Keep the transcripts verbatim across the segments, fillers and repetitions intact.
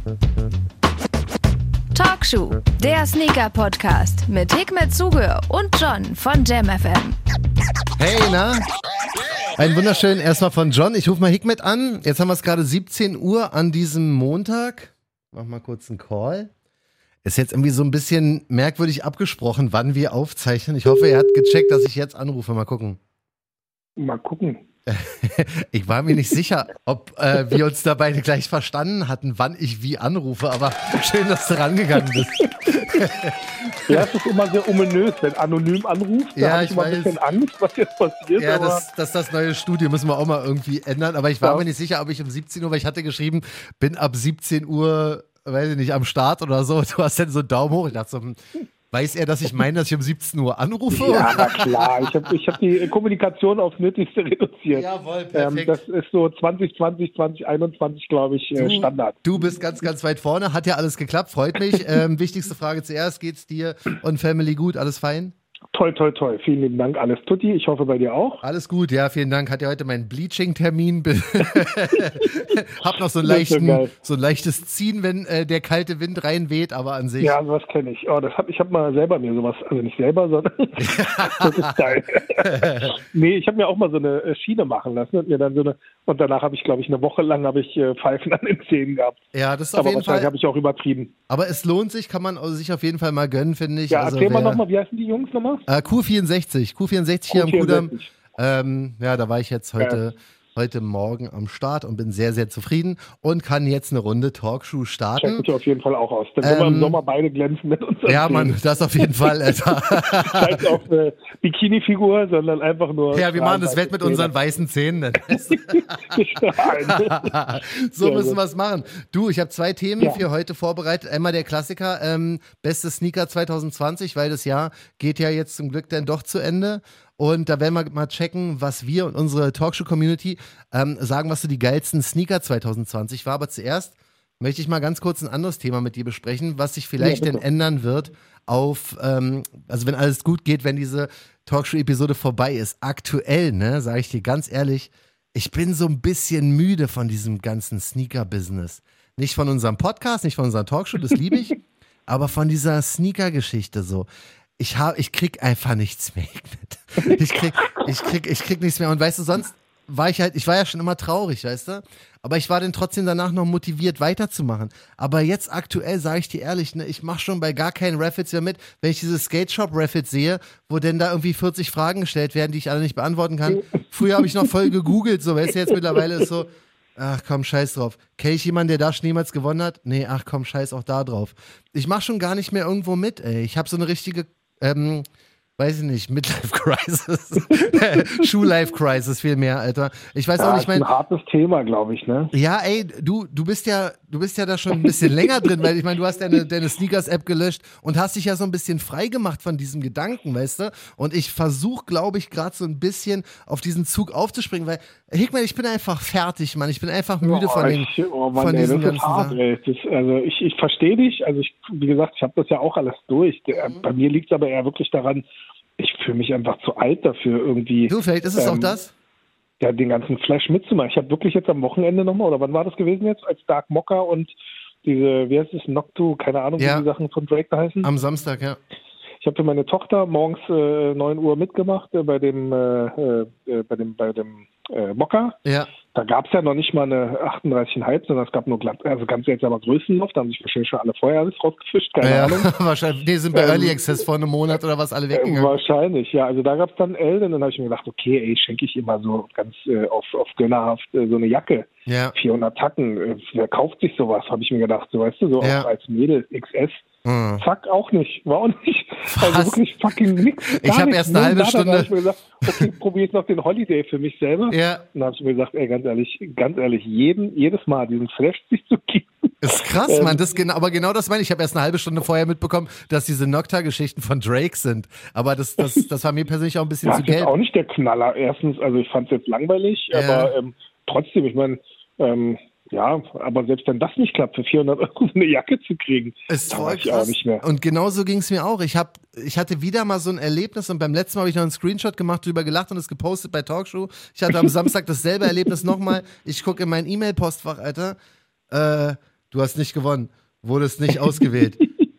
Talkshow, der Sneaker-Podcast mit Hikmet Zuge und John von Jam F M. Hey, na? Einen wunderschönen erstmal von John. Ich rufe mal Hikmet an. Jetzt haben wir es gerade siebzehn Uhr an diesem Montag. Mach mal kurz einen Call. Ist jetzt irgendwie so ein bisschen merkwürdig abgesprochen, wann wir aufzeichnen. Ich hoffe, er hat gecheckt, dass ich jetzt anrufe. Mal gucken. Mal gucken. Ich war mir nicht sicher, ob äh, wir uns da beide gleich verstanden hatten, wann ich wie anrufe, aber schön, dass du rangegangen bist. Ja, es ist immer sehr ominös, wenn anonym anruft. Da Ja, habe ich ich immer ein weiß. bisschen Angst, was jetzt passiert. Ja, aber das, das ist das neue Studio, müssen wir auch mal irgendwie ändern. Aber ich war Ja. mir nicht sicher, ob ich um siebzehn Uhr, weil ich hatte geschrieben, bin ab siebzehn Uhr, weiß ich nicht, am Start oder so. Du hast dann so einen Daumen hoch. Ich dachte so, hm, weiß er, dass ich meine, dass ich um siebzehn Uhr anrufe? Ja, na klar. Ich habe ich hab die Kommunikation aufs Nötigste reduziert. Jawohl, Ähm, perfekt. das ist so zwanzig zwanzig, zwanzig einundzwanzig, glaube ich, äh, Standard. Du bist ganz, ganz weit vorne. Hat ja alles geklappt, freut mich. Ähm, wichtigste Frage zuerst, geht's dir und Family gut? Alles fein? Toll, toll, toll. Vielen lieben Dank. Alles tutti. Ich hoffe bei dir auch. Alles gut, ja, vielen Dank. Hat ja heute meinen Bleaching-Termin. Hab noch so, einen Das ist so leichten, geil. so ein leichtes Ziehen, wenn äh, der kalte Wind reinweht, aber an sich. Ja, sowas kenne ich. Oh, das hab, ich habe mal selber mir sowas, also nicht selber, sondern das ist geil. Nee, ich habe mir auch mal so eine äh, Schiene machen lassen und mir dann so eine, und danach habe ich, glaube ich, eine Woche lang habe ich äh, Pfeifen an den Zähnen gehabt. Ja, das ist auf Aber jeden wahrscheinlich Fall. habe ich auch übertrieben. Aber es lohnt sich, kann man also sich auf jeden Fall mal gönnen, finde ich. Ja, also erzähl mal wer- nochmal, wie heißen die Jungs nochmal? Äh, Q vierundsechzig, Q vierundsechzig hier am Q Kudamm. vierundsechzig. Ähm, ja, da war ich jetzt heute, heute Morgen am Start und bin sehr, sehr zufrieden und kann jetzt eine Runde Talkshow starten. Checkt sich auf jeden Fall auch aus. Dann können wir Ähm, im Sommer beide glänzen mit uns. Ja, Mann, das auf jeden Fall, Alter. Scheiß auf äh, Bikini-Figur, sondern einfach nur. Ja, wir machen das Wett mit unseren weißen Zähnen. Strahlen. So Sehr müssen gut. wir es machen. Du, ich habe zwei Themen Ja. für heute vorbereitet. Einmal der Klassiker, ähm, beste Sneaker zwanzig zwanzig, weil das Jahr geht ja jetzt zum Glück dann doch zu Ende. Und da werden wir mal checken, was wir und unsere Talkshow-Community ähm, sagen, was so die geilsten Sneaker zwanzig zwanzig war. Aber zuerst möchte ich mal ganz kurz ein anderes Thema mit dir besprechen, was sich vielleicht Ja, denn bitte. ändern wird auf, ähm, also wenn alles gut geht, wenn diese Talkshow-Episode vorbei ist. Aktuell, ne, sage ich dir ganz ehrlich, ich bin so ein bisschen müde von diesem ganzen Sneaker-Business. Nicht von unserem Podcast, nicht von unserer Talkshow, das liebe ich, aber von dieser Sneaker-Geschichte so. Ich hab, ich krieg einfach nichts mehr mit. Ich krieg, ich krieg, ich krieg nichts mehr. Und weißt du, sonst war ich halt, ich war ja schon immer traurig, weißt du? Aber ich war dann trotzdem danach noch motiviert, weiterzumachen. Aber jetzt aktuell, sage ich dir ehrlich, ne, ich mache schon bei gar keinen Raffles mehr mit, wenn ich diese Skate Shop Raffles sehe, wo denn da irgendwie vierzig Fragen gestellt werden, die ich alle nicht beantworten kann. Früher habe ich noch voll gegoogelt, so, weißt du, jetzt mittlerweile ist so, ach komm, scheiß drauf. Kenn ich jemanden, der da schon jemals gewonnen hat? Nee, ach komm, scheiß auch da drauf. Ich mache schon gar nicht mehr irgendwo mit, ey. Ich habe so eine richtige, ähm, weiß ich nicht, Midlife-Crisis. Schuh-Life-Crisis vielmehr, Alter. Ich weiß Ja, auch ist nicht, mein... ein hartes Thema, glaube ich, ne? Ja, ey, du, du bist ja, du bist ja da schon ein bisschen länger drin, weil ich meine, du hast deine, deine Sneakers-App gelöscht und hast dich ja so ein bisschen frei gemacht von diesem Gedanken, weißt du? Und ich versuche, glaube ich, gerade so ein bisschen auf diesen Zug aufzuspringen, weil, Hickman, ich bin einfach fertig, Mann. Ich bin einfach müde von den, ich, oh Mann, von ey, diesen das ist ganzen hart, Sachen. ey. Das, also ich, ich verstehe dich. Also ich, wie gesagt, ich habe das ja auch alles durch. Der, Mhm. Bei mir liegt es aber eher wirklich daran, ich fühle mich einfach zu alt dafür, irgendwie Du, vielleicht ist es auch Ähm, das? ja, den ganzen Flash mitzumachen. Ich habe wirklich jetzt am Wochenende nochmal, oder wann war das gewesen jetzt, als Dark Mocker und diese, wie heißt es, Noctu, keine Ahnung, Ja. wie die Sachen von Drake da heißen. Am Samstag, ja. Ich habe für meine Tochter morgens äh, neun Uhr mitgemacht äh, bei dem äh, äh, bei dem bei dem äh, Mocker. Ja. Da gab es ja noch nicht mal eine achtunddreißig Komma fünf, sondern es gab nur glatt, also ganz seltsamer Größenlauf. Da haben sich wahrscheinlich schon alle vorher alles rausgefischt, keine ja, Ahnung. wahrscheinlich. Nee, sind bei Ähm, Early Access vor einem Monat oder was alle Äh, weggegangen. wahrscheinlich, ja. Also da gab es dann L, und dann habe ich mir gedacht, okay, ey, schenke ich immer so ganz äh, auf, auf gönnerhaft äh, so eine Jacke. Ja. vierhundert Tacken, äh, wer kauft sich sowas, habe ich mir gedacht, so weißt du, so Ja. auch als Mädel X S. Hm. Zack, auch nicht. War auch nicht. Was? Also wirklich fucking nix. Ich hab erst eine halbe Da Stunde- habe ich mir gesagt, okay, probier jetzt noch den Holiday für mich selber. Ja. Und dann habe ich mir gesagt, ey, ganz ehrlich, ganz ehrlich, jeden, jedes Mal diesen Flash sich zu geben. Ist krass, Ähm, Mann. Das genau, aber genau das meine ich. Ich habe erst eine halbe Stunde vorher mitbekommen, dass diese Nocta-Geschichten von Drake sind. Aber das, das, das war mir persönlich auch ein bisschen Ja, zu das ist gelb. auch nicht der Knaller. Erstens, also ich fand es jetzt langweilig, Ja. aber ähm, trotzdem, ich meine, ähm, ja, aber selbst wenn das nicht klappt, für vierhundert Euro eine Jacke zu kriegen, Ist da voll weiß ich krass. auch nicht mehr. Und genau so ging es mir auch. Ich, hab, ich hatte wieder mal so ein Erlebnis und beim letzten Mal habe ich noch einen Screenshot gemacht, drüber gelacht und es gepostet bei Talkshow. Ich hatte am Samstag dasselbe Erlebnis nochmal. Ich gucke in mein E-Mail-Postfach, Alter. Äh, Du hast nicht gewonnen. Wurdest nicht ausgewählt.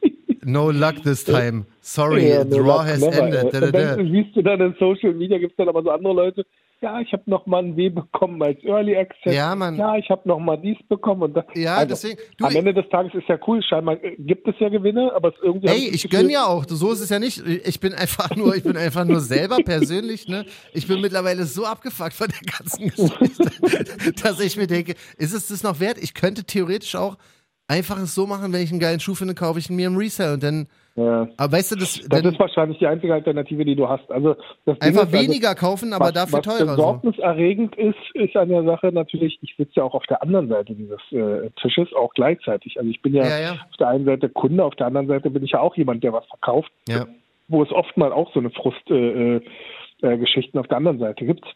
No luck this time. Sorry, Ja, the no draw luck, has never, ended. ey. Da, da, Und da. dann siehst du dann in Social Media, gibt es dann aber so andere Leute, ja, ich habe noch mal ein W bekommen als Early Access. Ja, Mann. Ja, ich habe noch mal dies bekommen. Und das. Ja, also, deswegen. Du, am Ende des Tages ist ja cool, scheinbar äh, gibt es ja Gewinne, aber es irgendwie... Ey, ich gönn ja auch, so ist es ja nicht. Ich bin einfach nur, ich bin einfach nur selber persönlich, ne? Ich bin mittlerweile so abgefuckt von der ganzen Geschichte, dass ich mir denke, ist es das noch wert? Ich könnte theoretisch auch einfach es so machen, wenn ich einen geilen Schuh finde, kaufe ich ihn mir im Resale und dann, Ja. aber weißt du, das, Das dann ist wahrscheinlich die einzige Alternative, die du hast. Also das Ding einfach ist, also, weniger kaufen, aber was, dafür was teurer. So. besorgniserregend ist, ist an der Sache natürlich, ich sitze ja auch auf der anderen Seite dieses äh, Tisches, auch gleichzeitig. Also ich bin ja, Ja, ja. auf der einen Seite Kunde, auf der anderen Seite bin ich ja auch jemand, der was verkauft, Ja. wo es oft mal auch so eine Frustgeschichten äh, äh, Geschichten auf der anderen Seite gibt.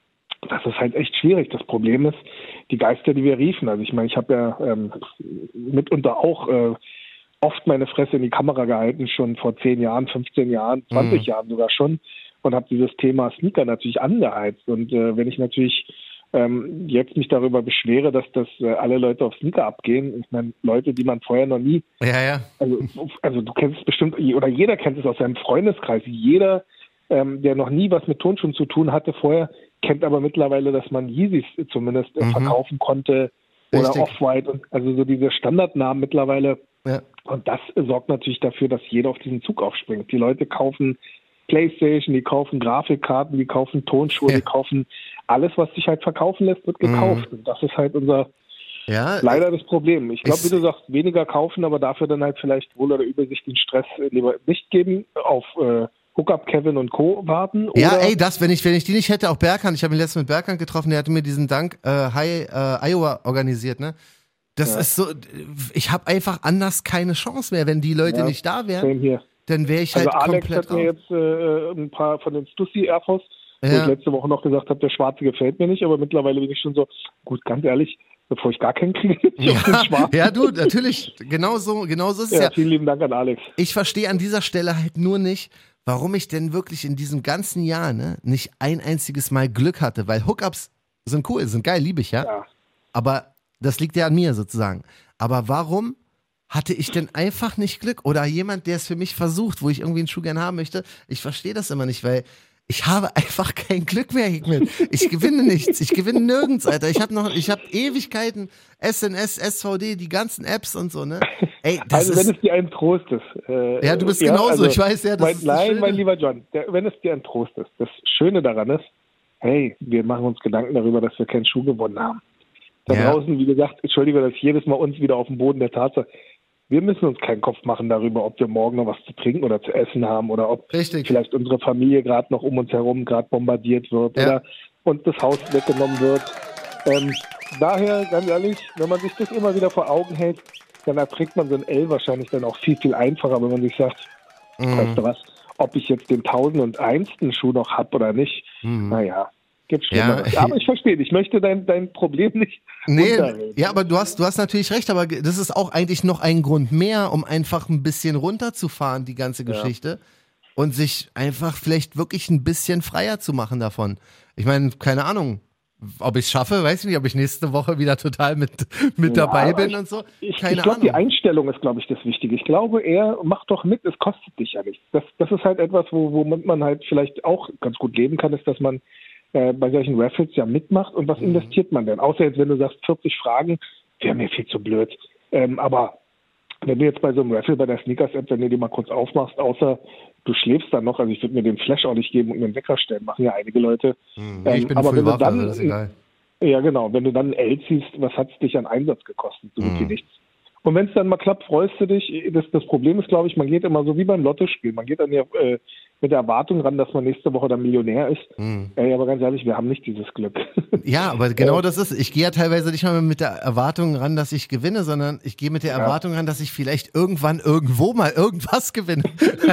Das ist halt echt schwierig. Das Problem ist, die Geister, die wir riefen. Also ich meine, ich habe ja ähm, mitunter auch äh, oft meine Fresse in die Kamera gehalten, schon vor zehn Jahren, fünfzehn Jahren, zwanzig Mhm. Jahren sogar schon und habe dieses Thema Sneaker natürlich angeheizt. Und äh, wenn ich natürlich ähm, jetzt mich darüber beschwere, dass das äh, alle Leute auf Sneaker abgehen, ich meine, Leute, die man vorher noch nie, Ja, ja. also, also du kennst es bestimmt, oder jeder kennt es aus seinem Freundeskreis, jeder, ähm, der noch nie was mit Turnschuhen zu tun hatte vorher, kennt aber mittlerweile, dass man Yeezys zumindest äh, Mhm. verkaufen konnte oder Richtig. Off-White und also so diese Standardnamen mittlerweile. Ja. Und das sorgt natürlich dafür, dass jeder auf diesen Zug aufspringt. Die Leute kaufen Playstation, die kaufen Grafikkarten, die kaufen Tonschuhe, Ja. die kaufen alles, was sich halt verkaufen lässt, wird gekauft. Mhm. Und das ist halt unser Ja, leider das Problem. Ich glaube, ich- wie du sagst, weniger kaufen, aber dafür dann halt vielleicht wohl oder übel sich den Stress äh, lieber nicht geben, auf äh, Hookup Kevin und Co. warten. Ja, oder ey, das, wenn ich, wenn ich die nicht hätte, auch Berkan, ich habe ihn letztens mit Berkan getroffen, der hatte mir diesen Dank äh, High äh, Iowa organisiert, ne? Das Ja. ist so, ich habe einfach anders keine Chance mehr, wenn die Leute Ja, nicht da wären, Same hier. dann wäre ich halt Also Alex komplett hat mir raus. jetzt äh, ein paar von den Stussy Air Force, wo Ja. ich letzte Woche noch gesagt habe, der Schwarze gefällt mir nicht, aber mittlerweile bin ich schon so, gut, ganz ehrlich, bevor ich gar keinen kriege, nehme ich auch den Ja, Schwarzen. ja, du, natürlich, genau so, genau so ist es Ja, ja. vielen lieben Dank an Alex. Ich verstehe an dieser Stelle halt nur nicht, warum ich denn wirklich in diesem ganzen Jahr ne, nicht ein einziges Mal Glück hatte, weil Hookups sind cool, sind geil, liebe ich, ja. Ja. Aber das liegt ja an mir sozusagen. Aber warum hatte ich denn einfach nicht Glück? Oder jemand, der es für mich versucht, wo ich irgendwie einen Schuh gern haben möchte? Ich verstehe das immer nicht, weil ich habe einfach kein Glück mehr, Hikmet. Ich gewinne nichts. Ich gewinne nirgends, Alter. Ich habe noch, ich habe Ewigkeiten, S N S, S V D, die ganzen Apps und so, ne? Ey, das Also wenn ist, es dir ein Trost ist. Äh, ja, du bist genauso, ich weiß ja, das mein, ist das Nein, Schöne. mein lieber John, der, wenn es dir ein Trost ist. Das Schöne daran ist, hey, wir machen uns Gedanken darüber, dass wir keinen Schuh gewonnen haben. Da Ja. draußen, wie gesagt, entschuldige, dass ich jedes Mal uns wieder auf dem Boden der Tatsache. Wir müssen uns keinen Kopf machen darüber, ob wir morgen noch was zu trinken oder zu essen haben oder ob Richtig. vielleicht unsere Familie gerade noch um uns herum gerade bombardiert wird Ja. oder uns das Haus weggenommen wird. Ähm, daher, ganz ehrlich, wenn man sich das immer wieder vor Augen hält, dann erträgt man so ein L wahrscheinlich dann auch viel, viel einfacher, wenn man sich sagt, Mhm. weißt du was, ob ich jetzt den tausendundeinsten Schuh noch hab oder nicht, Mhm. naja, gibt Ja, Schlimmeres. Aber ich verstehe, ich möchte dein, dein Problem nicht Nee, runterreden. ja, aber du hast, du hast natürlich recht, aber das ist auch eigentlich noch ein Grund mehr, um einfach ein bisschen runterzufahren, die ganze Geschichte. Und sich einfach vielleicht wirklich ein bisschen freier zu machen davon. Ich meine, keine Ahnung, ob ich es schaffe, weiß ich nicht, ob ich nächste Woche wieder total mit, mit Ja, dabei aber bin ich- und so. Ich, Keine ich glaube, Ahnung. die Einstellung ist, glaube ich, das Wichtige. Ich glaube eher, mach doch mit, es kostet dich ja nichts. Das, das ist halt etwas, wo, womit man halt vielleicht auch ganz gut leben kann, ist, dass man äh, bei solchen Raffles ja mitmacht. Und was Mhm. investiert man denn? Außer jetzt, wenn du sagst, vierzig Fragen, wäre mir viel zu blöd. Ähm, aber wenn du jetzt bei so einem Raffle, bei der Sneakers-App, wenn du die mal kurz aufmachst, außer du schläfst dann noch, also ich würde mir den Flash auch nicht geben und mir einen Wecker stellen, machen ja einige Leute. Hm, Ähm, ich bin aber früh wenn du wach, dann- also das ist egal. Ja, genau. Wenn du dann ein L ziehst, was hat es dich an Einsatz gekostet? So gut wie Mhm. nichts. Und wenn es dann mal klappt, freust du dich. Das, das Problem ist, glaube ich, man geht immer so wie beim Lottospiel. Man geht dann ja äh, mit der Erwartung ran, dass man nächste Woche dann Millionär ist. Mhm. Ey, aber ganz ehrlich, wir haben nicht dieses Glück. Ja, aber genau das ist, ich gehe ja teilweise nicht mal mit der Erwartung ran, dass ich gewinne, sondern ich gehe mit der Ja. Erwartung ran, dass ich vielleicht irgendwann irgendwo mal irgendwas gewinne.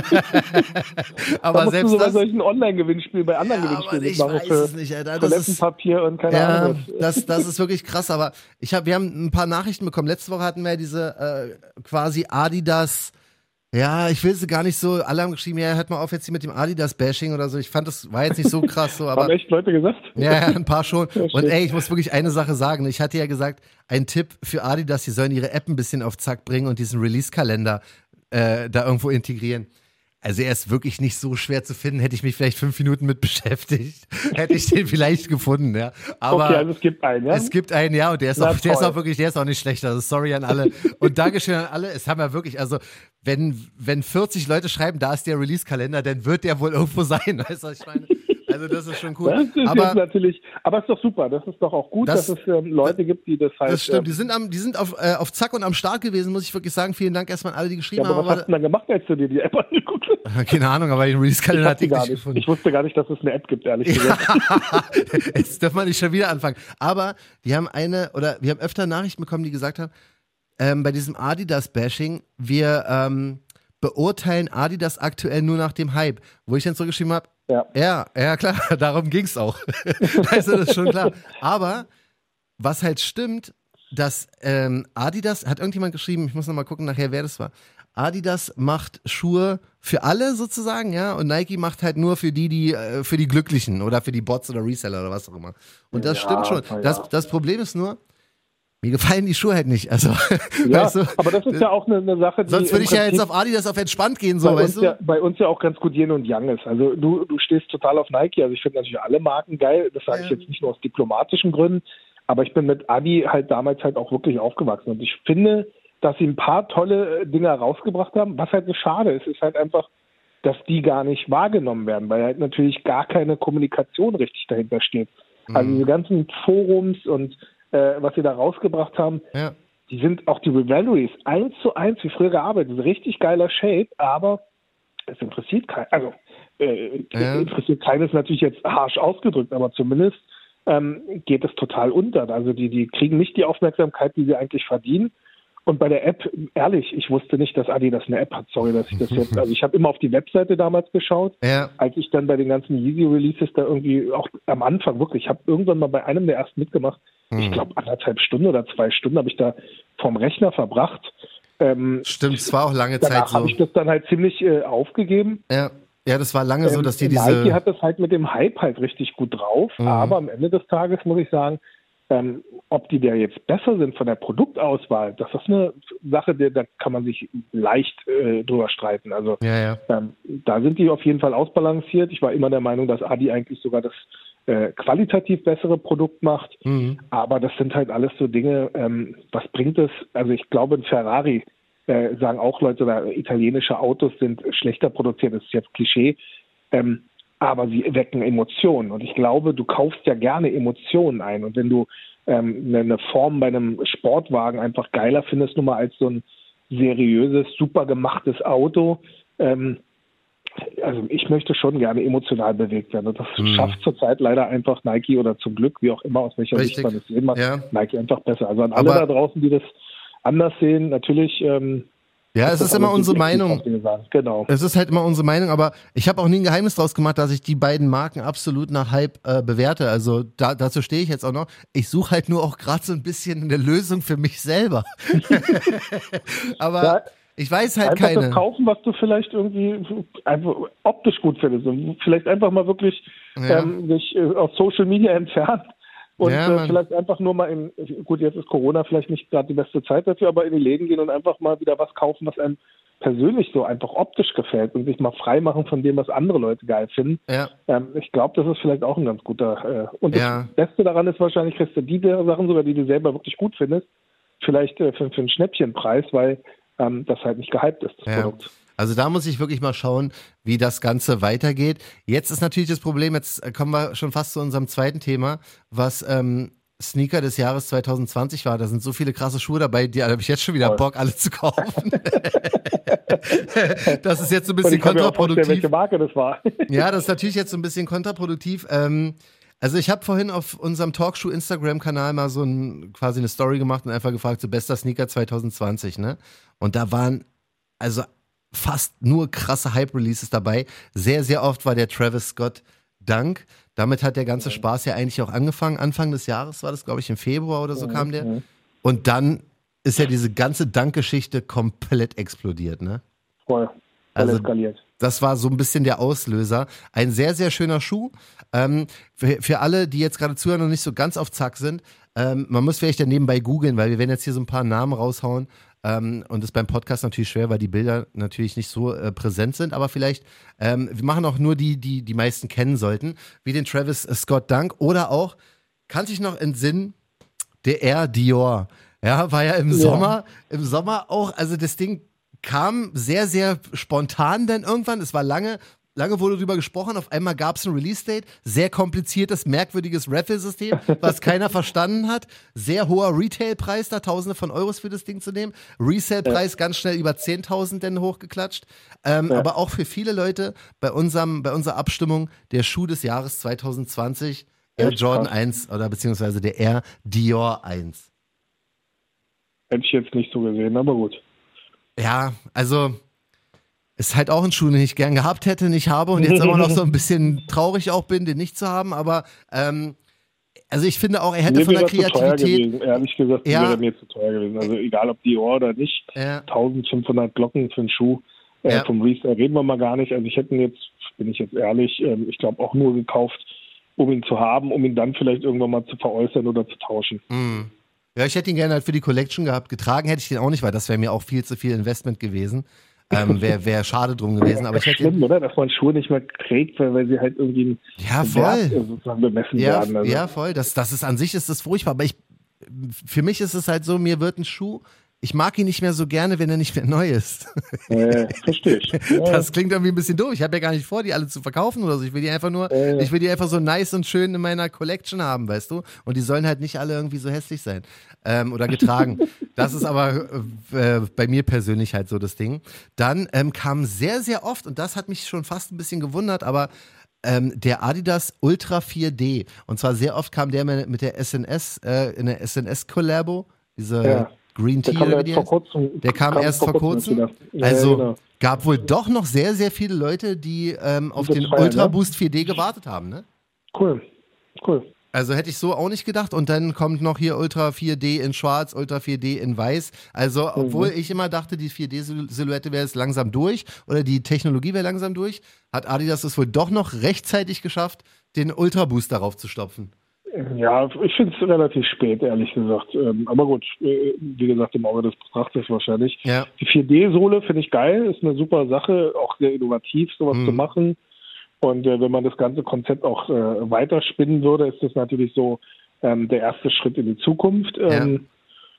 Da aber musst du selbst so bei das, solchen Online-Gewinnspielen, bei anderen ja, aber Gewinnspielen ich mitmachen weiß für es nicht, Alter. Das ist, Toilettenpapier und keine ja, Ahnung was. das, das ist wirklich krass, aber ich hab, wir haben ein paar Nachrichten bekommen. Letzte Woche hatten wir ja diese äh, quasi Adidas, Ja, ich will sie gar nicht so, alle haben geschrieben, ja, hört mal auf jetzt hier mit dem Adidas-Bashing oder so. Ich fand, das war jetzt nicht so krass so, aber. Haben echt Leute gesagt? Ja, ja, ein paar schon. Und ey, ich muss wirklich eine Sache sagen. Ich hatte ja gesagt, ein Tipp für Adidas, sie sollen ihre App ein bisschen auf Zack bringen und diesen Release-Kalender äh, da irgendwo integrieren. Also er ist wirklich nicht so schwer zu finden. Hätte ich mich vielleicht fünf Minuten mit beschäftigt, hätte ich den vielleicht gefunden, ja. Aber okay, also es gibt einen, ja? Es gibt einen, ja, und der ist, Na, auch, der ist toll. auch wirklich, der ist auch nicht schlecht. Also sorry an alle. Und Dankeschön an alle. Es haben ja wirklich, also wenn, wenn vierzig Leute schreiben, da ist der Release-Kalender, dann wird der wohl irgendwo sein. Weißt du, was ich meine? Also das ist schon cool. Das ist aber jetzt natürlich, aber es ist doch super. Das ist doch auch gut, das, dass es ähm, Leute gibt, die das halt. Das stimmt. Ähm, die sind, am, die sind auf, äh, auf Zack und am Start gewesen, muss ich wirklich sagen. Vielen Dank erstmal an alle, die geschrieben ja, aber haben. was hast du denn dann gemacht, als du dir die App angeguckt hast? Keine Ahnung, aber den Release-Kalender hatte ich gar nicht nicht. gefunden. Ich wusste gar nicht, dass es eine App gibt, ehrlich gesagt. Jetzt darf man nicht schon wieder anfangen. Aber die haben eine, oder wir haben öfter Nachrichten bekommen, die gesagt haben, ähm, bei diesem Adidas-Bashing, wir ähm, beurteilen Adidas aktuell nur nach dem Hype. Wo ich dann zurückgeschrieben habe, Ja. ja, ja klar, darum ging's auch. Also das ist schon klar. Aber was halt stimmt, dass ähm, Adidas, hat irgendjemand geschrieben, ich muss nochmal gucken nachher, wer das war. Adidas macht Schuhe für alle sozusagen, ja, und Nike macht halt nur für die, die, äh, für die Glücklichen oder für die Bots oder Reseller oder was auch immer. Und das Ja, stimmt schon. ja. Das, das Problem ist nur, mir gefallen die Schuhe halt nicht. Also, Ja, weißt du, aber das ist ja auch eine, eine Sache, die sonst würde im ich ja jetzt Prinzip auf Adidas auf entspannt gehen, so, bei, weißt uns du? ja, bei uns ja auch ganz gut Yin und Yang ist. Also du, du stehst total auf Nike. Also ich finde natürlich alle Marken geil. Das sage ich Ja. jetzt nicht nur aus diplomatischen Gründen. Aber ich bin mit Adi halt damals halt auch wirklich aufgewachsen. Und ich finde, dass sie ein paar tolle Dinge rausgebracht haben. Was halt so schade ist, ist halt einfach, dass die gar nicht wahrgenommen werden, weil halt natürlich gar keine Kommunikation richtig dahinter steht. Also diese ganzen Forums und äh, was sie da rausgebracht haben, Ja. die sind auch die Rivalries eins zu eins wie früher gearbeitet. Richtig geiler Shape, aber es interessiert keinen. Also äh, Ja. interessiert keines natürlich jetzt harsch ausgedrückt, aber zumindest ähm, geht es total unter. Also die, die kriegen nicht die Aufmerksamkeit, die sie eigentlich verdienen. Und bei der App, ehrlich, ich wusste nicht, dass Adidas eine App hat. Sorry, dass ich das jetzt, also ich habe immer auf die Webseite damals geschaut. Ja. Als ich dann bei den ganzen Yeezy-Releases da irgendwie auch am Anfang wirklich, ich habe irgendwann mal bei einem der ersten mitgemacht, ich glaube anderthalb Stunden oder zwei Stunden habe ich da vorm Rechner verbracht. Ähm, Stimmt, es war auch lange Zeit danach so. habe ich das dann halt ziemlich äh, aufgegeben. Ja. ja, das war lange so, Ähm, dass die Nike diese. hat das halt mit dem Hype halt richtig gut drauf, Mhm. aber am Ende des Tages muss ich sagen, ähm, ob die da jetzt besser sind von der Produktauswahl, das ist eine Sache, der, da kann man sich leicht äh, drüber streiten. Also Ja, ja. ähm, da sind die auf jeden Fall ausbalanciert. Ich war immer der Meinung, dass Adi eigentlich sogar das äh, qualitativ bessere Produkt macht. Mhm. Aber das sind halt alles so Dinge, ähm, was bringt es? Also ich glaube, ein Ferrari, äh, sagen auch Leute, oder italienische Autos sind schlechter produziert, das ist jetzt Klischee, ähm, aber sie wecken Emotionen. Und ich glaube, du kaufst ja gerne Emotionen ein. Und wenn du ähm, eine Form bei einem Sportwagen einfach geiler findest, nur mal als so ein seriöses, super gemachtes Auto, ähm, also ich möchte schon gerne emotional bewegt werden. Und das Mhm. schafft zurzeit leider einfach Nike oder zum Glück, wie auch immer, aus welcher Richtig. Sicht man das sehen mag, Ja. Nike einfach besser. Also an alle Aber- da draußen, die das anders sehen, natürlich. Ähm, Ja, es das ist immer alles unsere subjektiv, Meinung. was wir sagen. Genau. Es ist halt immer unsere Meinung, aber ich habe auch nie ein Geheimnis draus gemacht, dass ich die beiden Marken absolut nach Hype äh, bewerte. Also da, dazu stehe ich jetzt auch noch. Ich suche halt nur auch gerade so ein bisschen eine Lösung für mich selber. aber Ja, ich weiß halt einfach keine. das kaufen, was du vielleicht irgendwie einfach optisch gut findest. Und vielleicht einfach mal wirklich Ja. ähm, sich äh, auf Social Media entfernt. Und Ja, äh, Mann. vielleicht einfach nur mal in, gut, jetzt ist Corona vielleicht nicht gerade die beste Zeit dafür, aber in die Läden gehen und einfach mal wieder was kaufen, was einem persönlich so einfach optisch gefällt und sich mal frei machen von dem, was andere Leute geil finden. Ja. Ähm, ich glaube, das ist vielleicht auch ein ganz guter. Äh, und Ja. das Beste daran ist wahrscheinlich, kriegst du die Sachen sogar, die du selber wirklich gut findest, vielleicht äh, für, für einen Schnäppchenpreis, weil ähm, das halt nicht gehypt ist, das Ja. Produkt. Also da muss ich wirklich mal schauen, wie das Ganze weitergeht. Jetzt ist natürlich das Problem, jetzt kommen wir schon fast zu unserem zweiten Thema, was ähm, Sneaker des Jahres zwanzig zwanzig war. Da sind so viele krasse Schuhe dabei, die habe ich jetzt schon wieder Voll. Bock, alle zu kaufen. Das ist jetzt so ein Und bisschen ich kann mir auch vorstellen, kontraproduktiv. welche Marke das war. Ja, das ist natürlich jetzt so ein bisschen kontraproduktiv. Ähm, also ich habe vorhin auf unserem Talkshow-Instagram-Kanal mal so ein, quasi eine Story gemacht und einfach gefragt, so bester Sneaker zwanzig zwanzig, ne? Und da waren also fast nur krasse Hype-Releases dabei. Sehr, sehr oft war der Travis Scott Dunk. Damit hat der ganze Spaß ja eigentlich auch angefangen. Anfang des Jahres war das, glaube ich, im Februar oder so kam der. Und dann ist ja diese ganze Dunk-Geschichte komplett explodiert, ne? Voll. Also eskaliert. das war so ein bisschen der Auslöser. Ein sehr, sehr schöner Schuh. Ähm, für, für alle, die jetzt gerade zuhören und nicht so ganz auf Zack sind, ähm, man muss vielleicht ja nebenbei googeln, weil wir werden jetzt hier so ein paar Namen raushauen. Ähm, und das ist beim Podcast natürlich schwer, weil die Bilder natürlich nicht so äh, präsent sind. Aber vielleicht, ähm, wir machen auch nur die, die die meisten kennen sollten, wie den Travis Scott Dunk oder auch, kann sich noch entsinnen, der Air Dior. Ja, war ja im Ja. Sommer, im Sommer auch, also das Ding kam sehr, sehr spontan dann irgendwann. Es war lange, lange wurde darüber gesprochen. Auf einmal gab es ein Release-Date. Sehr kompliziertes, merkwürdiges Raffle-System, was keiner verstanden hat. Sehr hoher Retail-Preis, da Tausende von Euros für das Ding zu nehmen. Resale-Preis ja. ganz schnell über zehntausend dann hochgeklatscht. Ähm, ja. Aber auch für viele Leute bei, unserem, bei unserer Abstimmung der Schuh des Jahres zwanzig zwanzig, Air Jordan krass. eins oder beziehungsweise der Air Dior eins. Hätte ich jetzt nicht so gesehen, aber gut. Ja, also ist halt auch ein Schuh, den ich gern gehabt hätte, nicht habe und jetzt immer noch so ein bisschen traurig auch bin, den nicht zu haben, aber ähm, also ich finde auch, er hätte mir von der Zu teuer Kreativität... gewesen. Ehrlich gesagt, ja. wäre mir zu teuer gewesen. Also egal ob Dior oder nicht, ja. eintausendfünfhundert Glocken für einen Schuh äh, ja. vom Resale reden wir mal gar nicht. Also ich hätte ihn jetzt, bin ich jetzt ehrlich, ähm, ich glaube auch nur gekauft, um ihn zu haben, um ihn dann vielleicht irgendwann mal zu veräußern oder zu tauschen. Mhm. Ja, ich hätte ihn gerne halt für die Collection gehabt. Getragen hätte ich den auch nicht, weil das wäre mir auch viel zu viel Investment gewesen. Ähm, wäre wär schade drum gewesen. Aber ich hätte schlimm, oder? Dass man Schuhe nicht mehr trägt, weil, weil sie halt irgendwie ja, voll. Wert, sozusagen bemessen ja, werden. Also. Ja, voll. Das, das ist an sich ist das furchtbar. Aber ich, für mich ist es halt so, mir wird ein Schuh, ich mag ihn nicht mehr so gerne, wenn er nicht mehr neu ist. Äh, verstehe ich. Ja. Das klingt irgendwie ein bisschen doof. Ich habe ja gar nicht vor, die alle zu verkaufen oder so. Ich will die einfach nur, äh. ich will die einfach so nice und schön in meiner Collection haben, weißt du? Und die sollen halt nicht alle irgendwie so hässlich sein ähm, oder getragen. Das ist aber äh, bei mir persönlich halt so das Ding. Dann ähm, kam sehr, sehr oft, und das hat mich schon fast ein bisschen gewundert, aber ähm, der Adidas Ultra vier D. Und zwar sehr oft kam der mit der S N S, äh, in der S N S-Collabo, diese ja. Green Tea, der kam, oder wie vor kurzem, der kam, kam erst vor kurzem. kurzem. Ja, also genau. gab wohl doch noch sehr, sehr viele Leute, die ähm, auf den feiern, Ultra ne? Boost vier D gewartet haben. Ne? Cool, cool. Also hätte ich so auch nicht gedacht. Und dann kommt noch hier Ultra vier D in schwarz, Ultra vier D in weiß. Also obwohl mhm. ich immer dachte, die vier D-Silhouette wäre jetzt langsam durch oder die Technologie wäre langsam durch, hat Adidas es wohl doch noch rechtzeitig geschafft, den Ultra Boost darauf zu stopfen. Ja, ich finde es relativ spät, ehrlich gesagt. Ähm, aber gut, äh, wie gesagt, im Auge des Betrachters wahrscheinlich. Ja. Die vier D-Sohle finde ich geil, ist eine super Sache, auch sehr innovativ, sowas mhm. zu machen. Und äh, wenn man das ganze Konzept auch äh, weiterspinnen würde, ist das natürlich so ähm, der erste Schritt in die Zukunft. Ähm,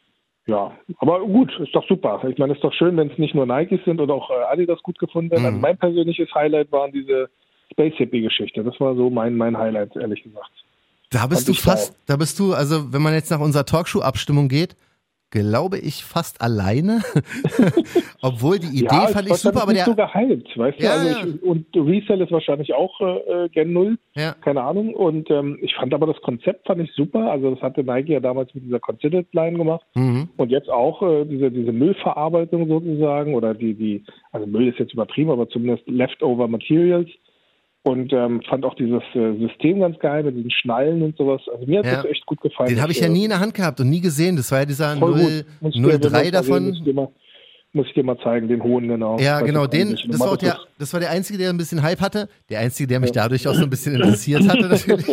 ja. ja, aber gut, ist doch super. Ich meine, es ist doch schön, wenn es nicht nur Nikes sind oder auch äh, Adidas gut gefunden werden. Mhm. Also mein persönliches Highlight waren diese Space Hippie-Geschichte. Das war so mein, mein Highlight, ehrlich gesagt. Da bist du fast, da bist du, also wenn man jetzt nach unserer Talkshow-Abstimmung geht, glaube ich fast alleine. Obwohl die Idee ja, fand ich super, aber nicht der... so gehypt, weißt ja, du? Also ja. ich, und Resale ist wahrscheinlich auch äh, Gen null, ja. keine Ahnung. Und ähm, ich fand aber das Konzept fand ich super. Also das hatte Nike ja damals mit dieser Considered Line gemacht. Mhm. Und jetzt auch äh, diese, diese Müllverarbeitung sozusagen oder die, die, also Müll ist jetzt übertrieben, aber zumindest Leftover Materials. Und ähm, fand auch dieses äh, System ganz geil mit diesen Schnallen und sowas. Also mir hat ja. das echt gut gefallen. Den habe ich ja nie in der Hand gehabt und nie gesehen. Das war ja dieser null drei davon. Muss ich, dir mal, muss ich dir mal zeigen, den hohen genau. Ja, genau, den, das war, auch der, das war der Einzige, der ein bisschen Hype hatte. Der Einzige, der mich ja. dadurch auch so ein bisschen interessiert hatte natürlich.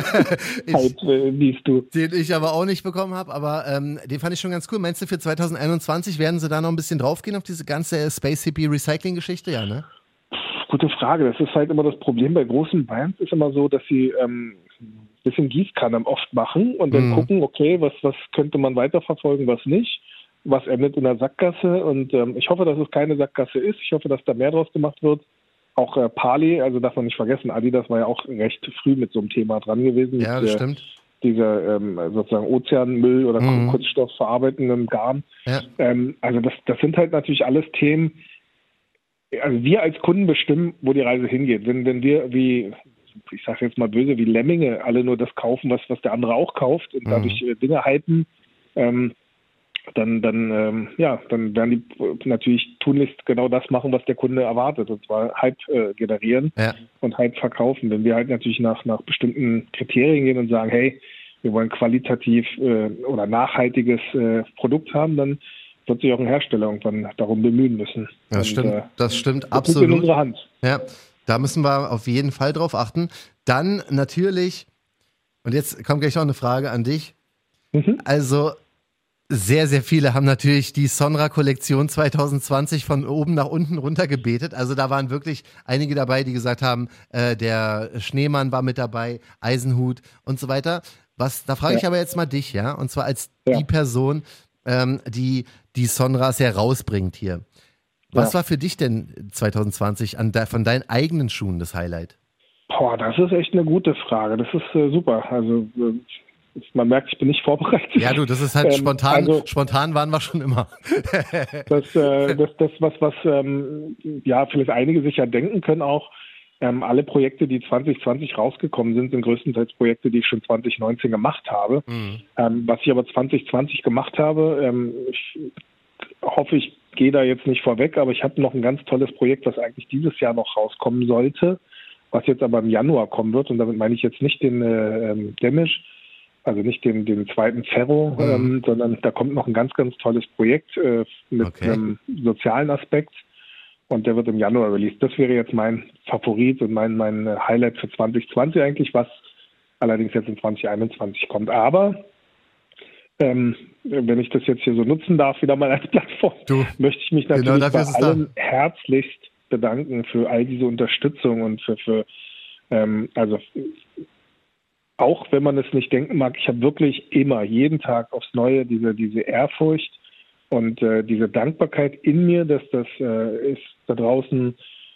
ich, Hype, äh, liest du. Den ich aber auch nicht bekommen habe, aber ähm, den fand ich schon ganz cool. Meinst du, für zwanzig einundzwanzig werden sie da noch ein bisschen draufgehen auf diese ganze Space Hippie Recycling-Geschichte? Ja, ne? Gute Frage. Das ist halt immer das Problem bei großen Brands, ist immer so, dass sie ähm, ein bisschen Gießkanne oft machen und dann mhm. gucken, okay, was, was könnte man weiterverfolgen, was nicht, was endet in der Sackgasse und ähm, ich hoffe, dass es keine Sackgasse ist. Ich hoffe, dass da mehr draus gemacht wird. Auch äh, Parley, also darf man nicht vergessen, Adidas war ja auch recht früh mit so einem Thema dran gewesen. Ja, mit, das äh, stimmt. Dieser ähm, sozusagen Ozeanmüll oder mhm. kunststoffverarbeitenden Garn. Ja. Ähm, also das, das sind halt natürlich alles Themen. Also wir als Kunden bestimmen, wo die Reise hingeht. Wenn, wenn wir wie, ich sage jetzt mal böse, wie Lemminge alle nur das kaufen, was, was der andere auch kauft und dadurch mhm. Dinge hypen, ähm, dann, dann, ähm, ja, dann werden die natürlich tunlichst genau das machen, was der Kunde erwartet, und zwar Hype äh, generieren ja. und Hype verkaufen. Wenn wir halt natürlich nach, nach bestimmten Kriterien gehen und sagen, hey, wir wollen qualitativ äh, oder nachhaltiges äh, Produkt haben, dann wird sich auch ein Hersteller irgendwann darum bemühen müssen. Das und, stimmt, äh, das stimmt das absolut. liegt in unserer Hand. Ja, da müssen wir auf jeden Fall drauf achten. Dann natürlich, und jetzt kommt gleich noch eine Frage an dich. Mhm. Also sehr, sehr viele haben natürlich die Sonra-Kollektion zwanzig zwanzig von oben nach unten runter gebetet. Also da waren wirklich einige dabei, die gesagt haben, äh, der Schneemann war mit dabei, Eisenhut und so weiter. Was, da frage ich Ja. aber jetzt mal dich, ja, und zwar als Ja. die Person, ähm, die die Sonras herausbringt hier. Was Ja. war für dich denn zwanzig zwanzig an de, von deinen eigenen Schuhen das Highlight? Boah, das ist echt eine gute Frage. Das ist äh, super. Also äh, man merkt, ich bin nicht vorbereitet. Ja, du, das ist halt Ähm, spontan. also- Spontan waren wir schon immer. Das, äh, das, das was, was ähm, ja, vielleicht einige sich ja denken können auch, ähm, alle Projekte, die zwanzig zwanzig rausgekommen sind, sind größtenteils Projekte, die ich schon zwanzig neunzehn gemacht habe. Mhm. Ähm, was ich aber zwanzig zwanzig gemacht habe, ähm, ich hoffe, ich gehe da jetzt nicht vorweg, aber ich habe noch ein ganz tolles Projekt, was eigentlich dieses Jahr noch rauskommen sollte, was jetzt aber im Januar kommen wird. Und damit meine ich jetzt nicht den äh, ähm, Damage, also nicht den, den zweiten Ferro, Mhm. ähm, sondern da kommt noch ein ganz, ganz tolles Projekt äh, mit Okay. einem sozialen Aspekt und der wird im Januar released. Das wäre jetzt mein Favorit und mein, mein Highlight für zwanzig zwanzig eigentlich, was allerdings jetzt in zwanzig einundzwanzig kommt. Aber ähm, wenn ich das jetzt hier so nutzen darf, wieder mal als Plattform, Du, möchte ich mich genau natürlich dafür bei ist es da. allen herzlichst bedanken für all diese Unterstützung und für, für ähm, also auch wenn man es nicht denken mag, ich habe wirklich immer, jeden Tag aufs Neue diese, diese Ehrfurcht und äh, diese Dankbarkeit in mir, dass das äh, ist da draußen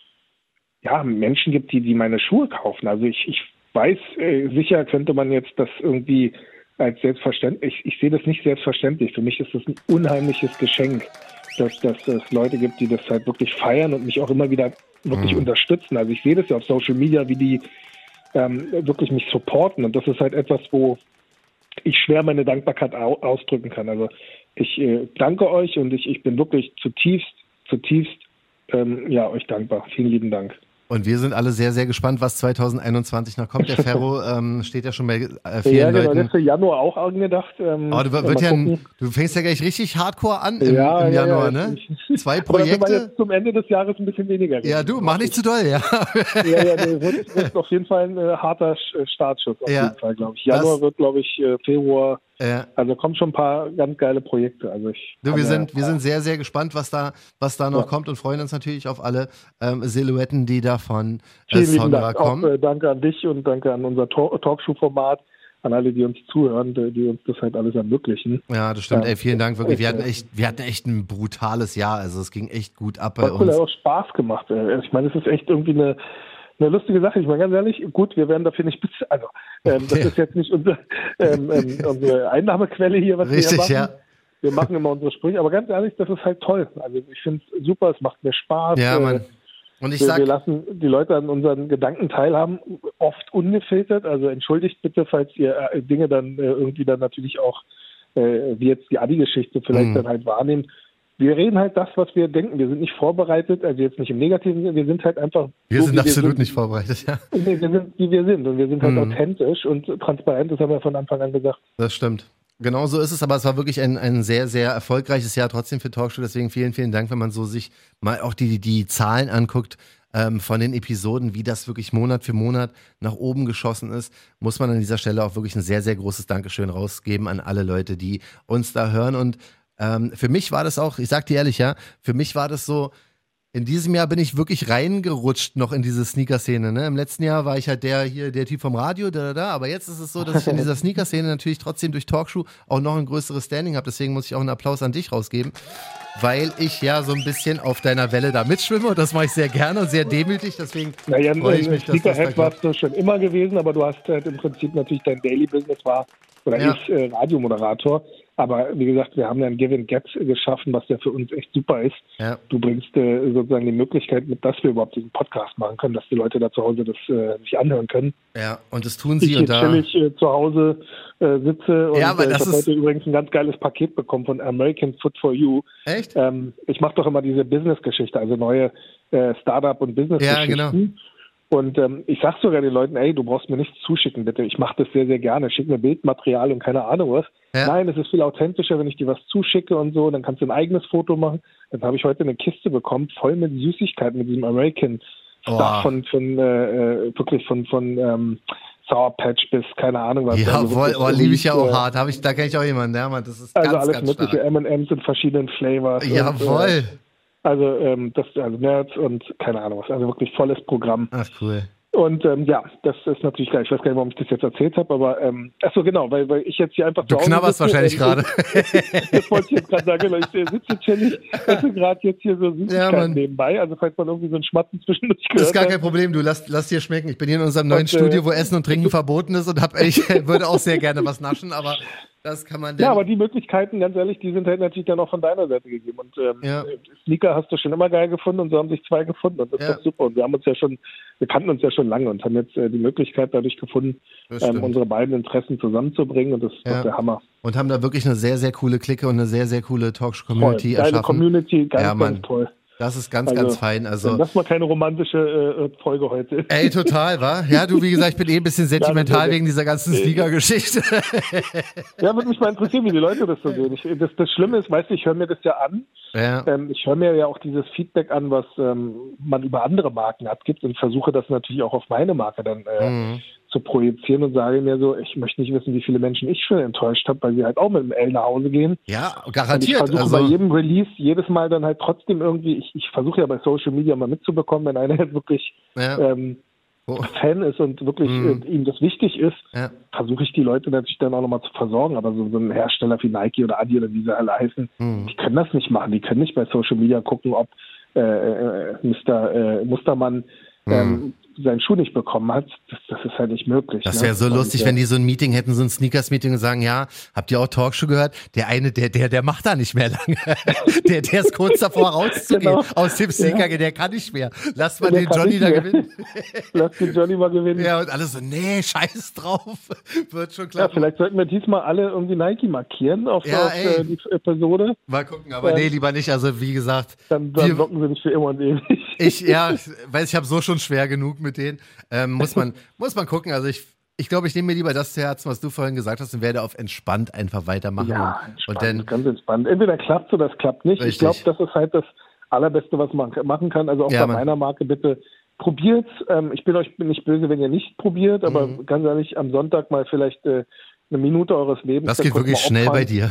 ja Menschen gibt, die, die meine Schuhe kaufen. Also ich, ich weiß, äh, sicher könnte man jetzt das irgendwie als selbstverständlich, ich, ich sehe das nicht selbstverständlich. Für mich ist das ein unheimliches Geschenk, dass, dass es Leute gibt, die das halt wirklich feiern und mich auch immer wieder wirklich Mhm. unterstützen. Also ich sehe das ja auf Social Media, wie die ähm, wirklich mich supporten. Und das ist halt etwas, wo ich schwer meine Dankbarkeit au- ausdrücken kann. Also ich äh, danke euch und ich, ich bin wirklich zutiefst, zutiefst ähm, ja, euch dankbar. Vielen lieben Dank. Und wir sind alle sehr, sehr gespannt, was zwanzig einundzwanzig noch kommt. Der Ferro ähm, steht ja schon bei äh, vielen Ja, genau, das Leuten. ist für Januar auch angedacht. Ähm, Aber du, mal wird ja ein, gucken. du fängst ja gleich richtig hardcore an im, Ja, im ja, Januar, ja, ne? ich- Zwei Aber das war Projekte. jetzt zum Ende des Jahres ein bisschen weniger. Ja, du, mach nicht zu doll, ja. Ja, ja, das wird, wird auf jeden Fall ein äh, harter Sch- Startschuss, auf Ja, jeden Fall, glaube ich. Januar das- wird, glaube ich, äh, Februar. ja. Also kommen schon ein paar ganz geile Projekte. Also ich Du, kann wir ja- sind, wir sind sehr, sehr gespannt, was da, was da noch Ja. kommt und freuen uns natürlich auf alle ähm, Silhouetten, die da von äh, Vielen lieben Sonra Dank. kommen. Auch äh, danke an dich und danke an unser Talk- Talkshow-Format, an alle, die uns zuhören, die, die uns das halt alles ermöglichen. Ja, das stimmt. Ja. Ey, vielen Dank. Wirklich, wir Echt, hatten äh, echt, wir hatten echt ein brutales Jahr. Also es ging echt gut ab bei War cool, uns. hat auch Spaß gemacht. Äh. Ich meine, es ist echt irgendwie eine, eine lustige Sache. Ich meine, ganz ehrlich, gut, wir werden dafür nicht bezahlt. Also, ähm, das Ja. ist jetzt nicht unser, ähm, ähm, unsere Einnahmequelle hier, was Richtig, wir hier ja. machen. Wir machen immer unsere Sprüche, aber ganz ehrlich, das ist halt toll. Also ich finde es super, es macht mir Spaß. Ja, Äh, Mann. Und ich Wir, sag, wir lassen die Leute an unseren Gedanken teilhaben, oft ungefiltert. Also entschuldigt bitte, falls ihr äh, Dinge dann äh, irgendwie dann natürlich auch, äh, wie jetzt die Adi-Geschichte vielleicht Mhm. dann halt wahrnehmen. Wir reden halt das, was wir denken. Wir sind nicht vorbereitet, also jetzt nicht im Negativen Sinne, wir sind halt einfach wir so, sind wie absolut sind. nicht vorbereitet, ja. Nee, wir sind, wie wir sind. Und wir sind halt Mhm. authentisch und transparent, das haben wir von Anfang an gesagt. Das stimmt. Genau so ist es, aber es war wirklich ein, ein sehr, sehr erfolgreiches Jahr trotzdem für Talkshow. Deswegen vielen, vielen Dank, wenn man so sich mal auch die, die Zahlen anguckt ähm, von den Episoden, wie das wirklich Monat für Monat nach oben geschossen ist, muss man an dieser Stelle auch wirklich ein sehr, sehr großes Dankeschön rausgeben an alle Leute, die uns da hören. Und ähm, für mich war das auch, ich sag dir ehrlich, ja, für mich war das so, in diesem Jahr bin ich wirklich reingerutscht noch in diese Sneaker-Szene. Ne? Im letzten Jahr war ich halt der hier, der Typ vom Radio, da, da, da. Aber jetzt ist es so, dass ich in dieser Sneaker-Szene natürlich trotzdem durch Talkshow auch noch ein größeres Standing habe. Deswegen muss ich auch einen Applaus an dich rausgeben, weil ich ja so ein bisschen auf deiner Welle da mitschwimme. Und das mache ich sehr gerne und sehr demütig. Deswegen Naja, freue ich ein mich, dass das da Sneakerhead klappt. warst du schon immer gewesen, aber du hast halt im Prinzip natürlich dein Daily Business war oder Ja. ist äh, Radiomoderator. Aber wie gesagt, wir haben ja ein Give and Get geschaffen, was ja für uns echt super ist. Ja. Du bringst äh, sozusagen die Möglichkeit mit, dass wir überhaupt diesen Podcast machen können, dass die Leute da zu Hause das äh, sich anhören können. Ja, und das tun Ich sie. hier Und da, chillig äh, zu Hause äh, sitze und Ja, aber äh, ich das habe ist- heute übrigens ein ganz geiles Paket bekommen von American Food for You. echt? Ähm, ich mache doch immer diese Business-Geschichte, also neue äh, Startup- und Business-Geschichten. Ja, genau. Und ähm, ich sag sogar den Leuten, ey, du brauchst mir nichts zuschicken, bitte. Ich mache das sehr, sehr gerne. Schick mir Bildmaterial und keine Ahnung was. Ja. Nein, es ist viel authentischer, wenn ich dir was zuschicke und so, dann kannst du ein eigenes Foto machen. Dann habe ich heute eine Kiste bekommen, voll mit Süßigkeiten, mit diesem American Stuff Oh. von, von äh, wirklich von, von ähm, Sour Patch bis keine Ahnung was. Ja, Also voll, wirklich oh, liebe ich ja auch äh, hart. Hab ich, da kenne ich auch jemanden, ja, Mann, das ist Also ganz, alles ganz mögliche, stark. M und M's in verschiedenen Flavors. Jawohl. Und, äh, also ähm, das also Nerds und keine Ahnung was. Also wirklich volles Programm. Ach, cool. Und ähm, ja, das ist natürlich geil. Ich weiß gar nicht, warum ich das jetzt erzählt habe, aber ähm, ach so genau, weil, weil ich jetzt hier einfach Du zu Hause knabberst sitze, wahrscheinlich ähm, gerade. Das wollte ich jetzt gerade sagen, genau. Ich sitze chillig, esse gerade jetzt hier so Süßigkeiten Mann. nebenbei. Also falls man irgendwie so einen Schmatzen zwischendurch Das ist gehört gar hat. kein Problem, du lass, lass dir schmecken. Ich bin hier in unserem neuen Und, äh, Studio, wo Essen und Trinken verboten ist und hab, ich würde auch sehr gerne was naschen, aber das kann man denn. Ja, aber die Möglichkeiten, ganz ehrlich, die sind halt natürlich dann auch von deiner Seite gegeben. Und ähm, Ja. Sneaker hast du schon immer geil gefunden und so haben sich zwei gefunden. Und das Ja. ist doch super. Und wir haben uns ja schon, wir kannten uns ja schon lange und haben jetzt äh, die Möglichkeit dadurch gefunden, Das ähm, stimmt. unsere beiden Interessen zusammenzubringen. Und das ist Ja. doch der Hammer. Und haben da wirklich eine sehr, sehr coole Clique und eine sehr, sehr coole Voll. Talkshow-Community Geile erschaffen. Community, ganz, Ja, Mann. ganz toll. Das ist ganz, Also, ganz fein. Also, Das war keine romantische äh, Folge heute. ey, total, wa? Ja, du, wie gesagt, ich bin eh ein bisschen sentimental Ja, das- wegen dieser ganzen Sneaker-Geschichte. Ja, würde mich mal interessieren, wie die Leute das so sehen. Ich, das, das Schlimme ist, weißt du, ich höre mir das ja an. Ja. Ähm, ich höre mir ja auch dieses Feedback an, was ähm, man über andere Marken abgibt und versuche das natürlich auch auf meine Marke dann äh, Mhm. zu projizieren und sage mir so, ich möchte nicht wissen, wie viele Menschen ich schon enttäuscht habe, weil sie halt auch mit dem L nach Hause gehen. Ja, Und ich garantiert. versuche Also, bei jedem Release jedes Mal dann halt trotzdem irgendwie, ich, ich versuche ja bei Social Media mal mitzubekommen, wenn einer halt wirklich ja. ähm, Oh. Fan ist und wirklich Mhm. äh, ihm das wichtig ist, Ja. versuche ich die Leute natürlich dann auch nochmal zu versorgen. Aber so, so ein Hersteller wie Nike oder Adi oder wie sie alle heißen, Mhm. die können das nicht machen. Die können nicht bei Social Media gucken, ob äh, äh, Mister Äh, Mustermann ähm, seinen Schuh nicht bekommen hat. Das, das ist halt nicht möglich. Das ne? wäre so Und, lustig, äh, wenn die so ein Meeting hätten, so ein Sneakers-Meeting und sagen, ja, habt ihr auch Talkshow gehört? Der eine, der, der, der macht da nicht mehr lange. der, der ist kurz davor rauszugehen. Genau. Aus dem Sneaker, Ja. der kann nicht mehr. Lass mal Der den kann Johnny nicht da mehr. gewinnen. Lass den Johnny mal gewinnen. Ja, und alle so, nee, scheiß drauf. Wird schon Ja, klappen. vielleicht sollten wir diesmal alle irgendwie Nike markieren auf, Ja, auf ey. äh, die Episode. Mal gucken, aber Ja. nee, lieber nicht. Also wie gesagt, Dann, dann wir- blocken sie nicht für immer und ewig. ich, ja, weiß ich habe so schon schwer genug mit denen. Ähm, muss man, muss man gucken. Also ich, ich glaube, ich nehme mir lieber das zu Herzen, was du vorhin gesagt hast, und werde auf entspannt einfach weitermachen. Ja, und, entspannt, und dann, ganz entspannt. Entweder klappt oder es klappt nicht. Ich glaube, Richtig. das ist halt das Allerbeste, was man machen kann. Also auch Ja, bei Mann. meiner Marke, bitte probiert's. Ähm, ich bin euch nicht böse, wenn ihr nicht probiert, aber Mhm. ganz ehrlich, am Sonntag mal vielleicht äh, eine Minute eures Lebens. das dann geht kurz wirklich mal schnell opfern. bei dir.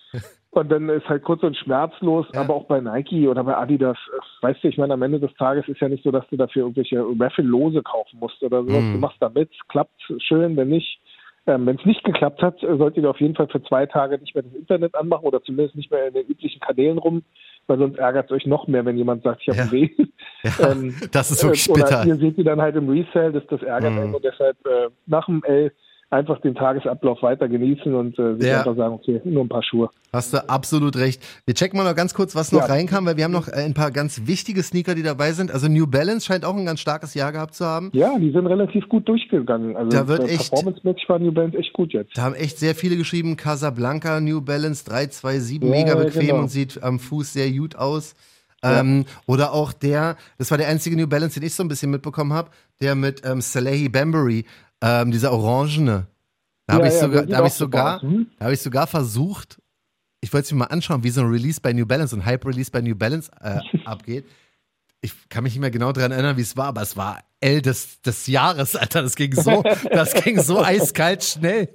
Und dann ist halt kurz und schmerzlos, Ja. aber auch bei Nike oder bei Adidas, äh, weißt du, ich meine, am Ende des Tages ist ja nicht so, dass du dafür irgendwelche Raffle-Lose kaufen musst oder sowas. Mhm. Du machst da mit, klappt schön, wenn nicht. Ähm, wenn es nicht geklappt hat, äh, solltet ihr auf jeden Fall für zwei Tage nicht mehr das Internet anmachen oder zumindest nicht mehr in den üblichen Kanälen rum, weil sonst ärgert es euch noch mehr, wenn jemand sagt, ich habe Ja. einen Weh. Ja, Ähm, das ist wirklich äh, oder bitter. ihr seht die dann halt im Resell, das, das ärgert Mhm. einen und deshalb äh, nach dem L einfach den Tagesablauf weiter genießen und äh, sich Ja. einfach sagen, okay, nur ein paar Schuhe. Hast du absolut recht. Wir checken mal noch ganz kurz, was noch Ja. reinkam, weil wir haben noch äh, ein paar ganz wichtige Sneaker, die dabei sind. Also New Balance scheint auch ein ganz starkes Jahr gehabt zu haben. Ja, die sind relativ gut durchgegangen. Also Da wird äh, echt- performance-mäßig war New Balance echt gut jetzt. Da haben echt sehr viele geschrieben, Casablanca, New Balance drei zwei sieben, Ja, mega bequem genau. und sieht am Fuß sehr gut aus. Ja. Ähm, oder auch der, das war der einzige New Balance, den ich so ein bisschen mitbekommen habe, der mit ähm, Salehi Bembury, ähm, dieser orangene. Da habe Ja, ich ja, sogar, der sieht da habe auch ich super sogar, aus, hm? da habe ich sogar versucht, ich wollte es mir mal anschauen, wie so ein Release bei New Balance, so ein Hype-Release bei New Balance äh, abgeht. Ich kann mich nicht mehr genau daran erinnern, wie es war, aber es war L des, des Jahres, Alter. Das ging so, das ging so eiskalt schnell.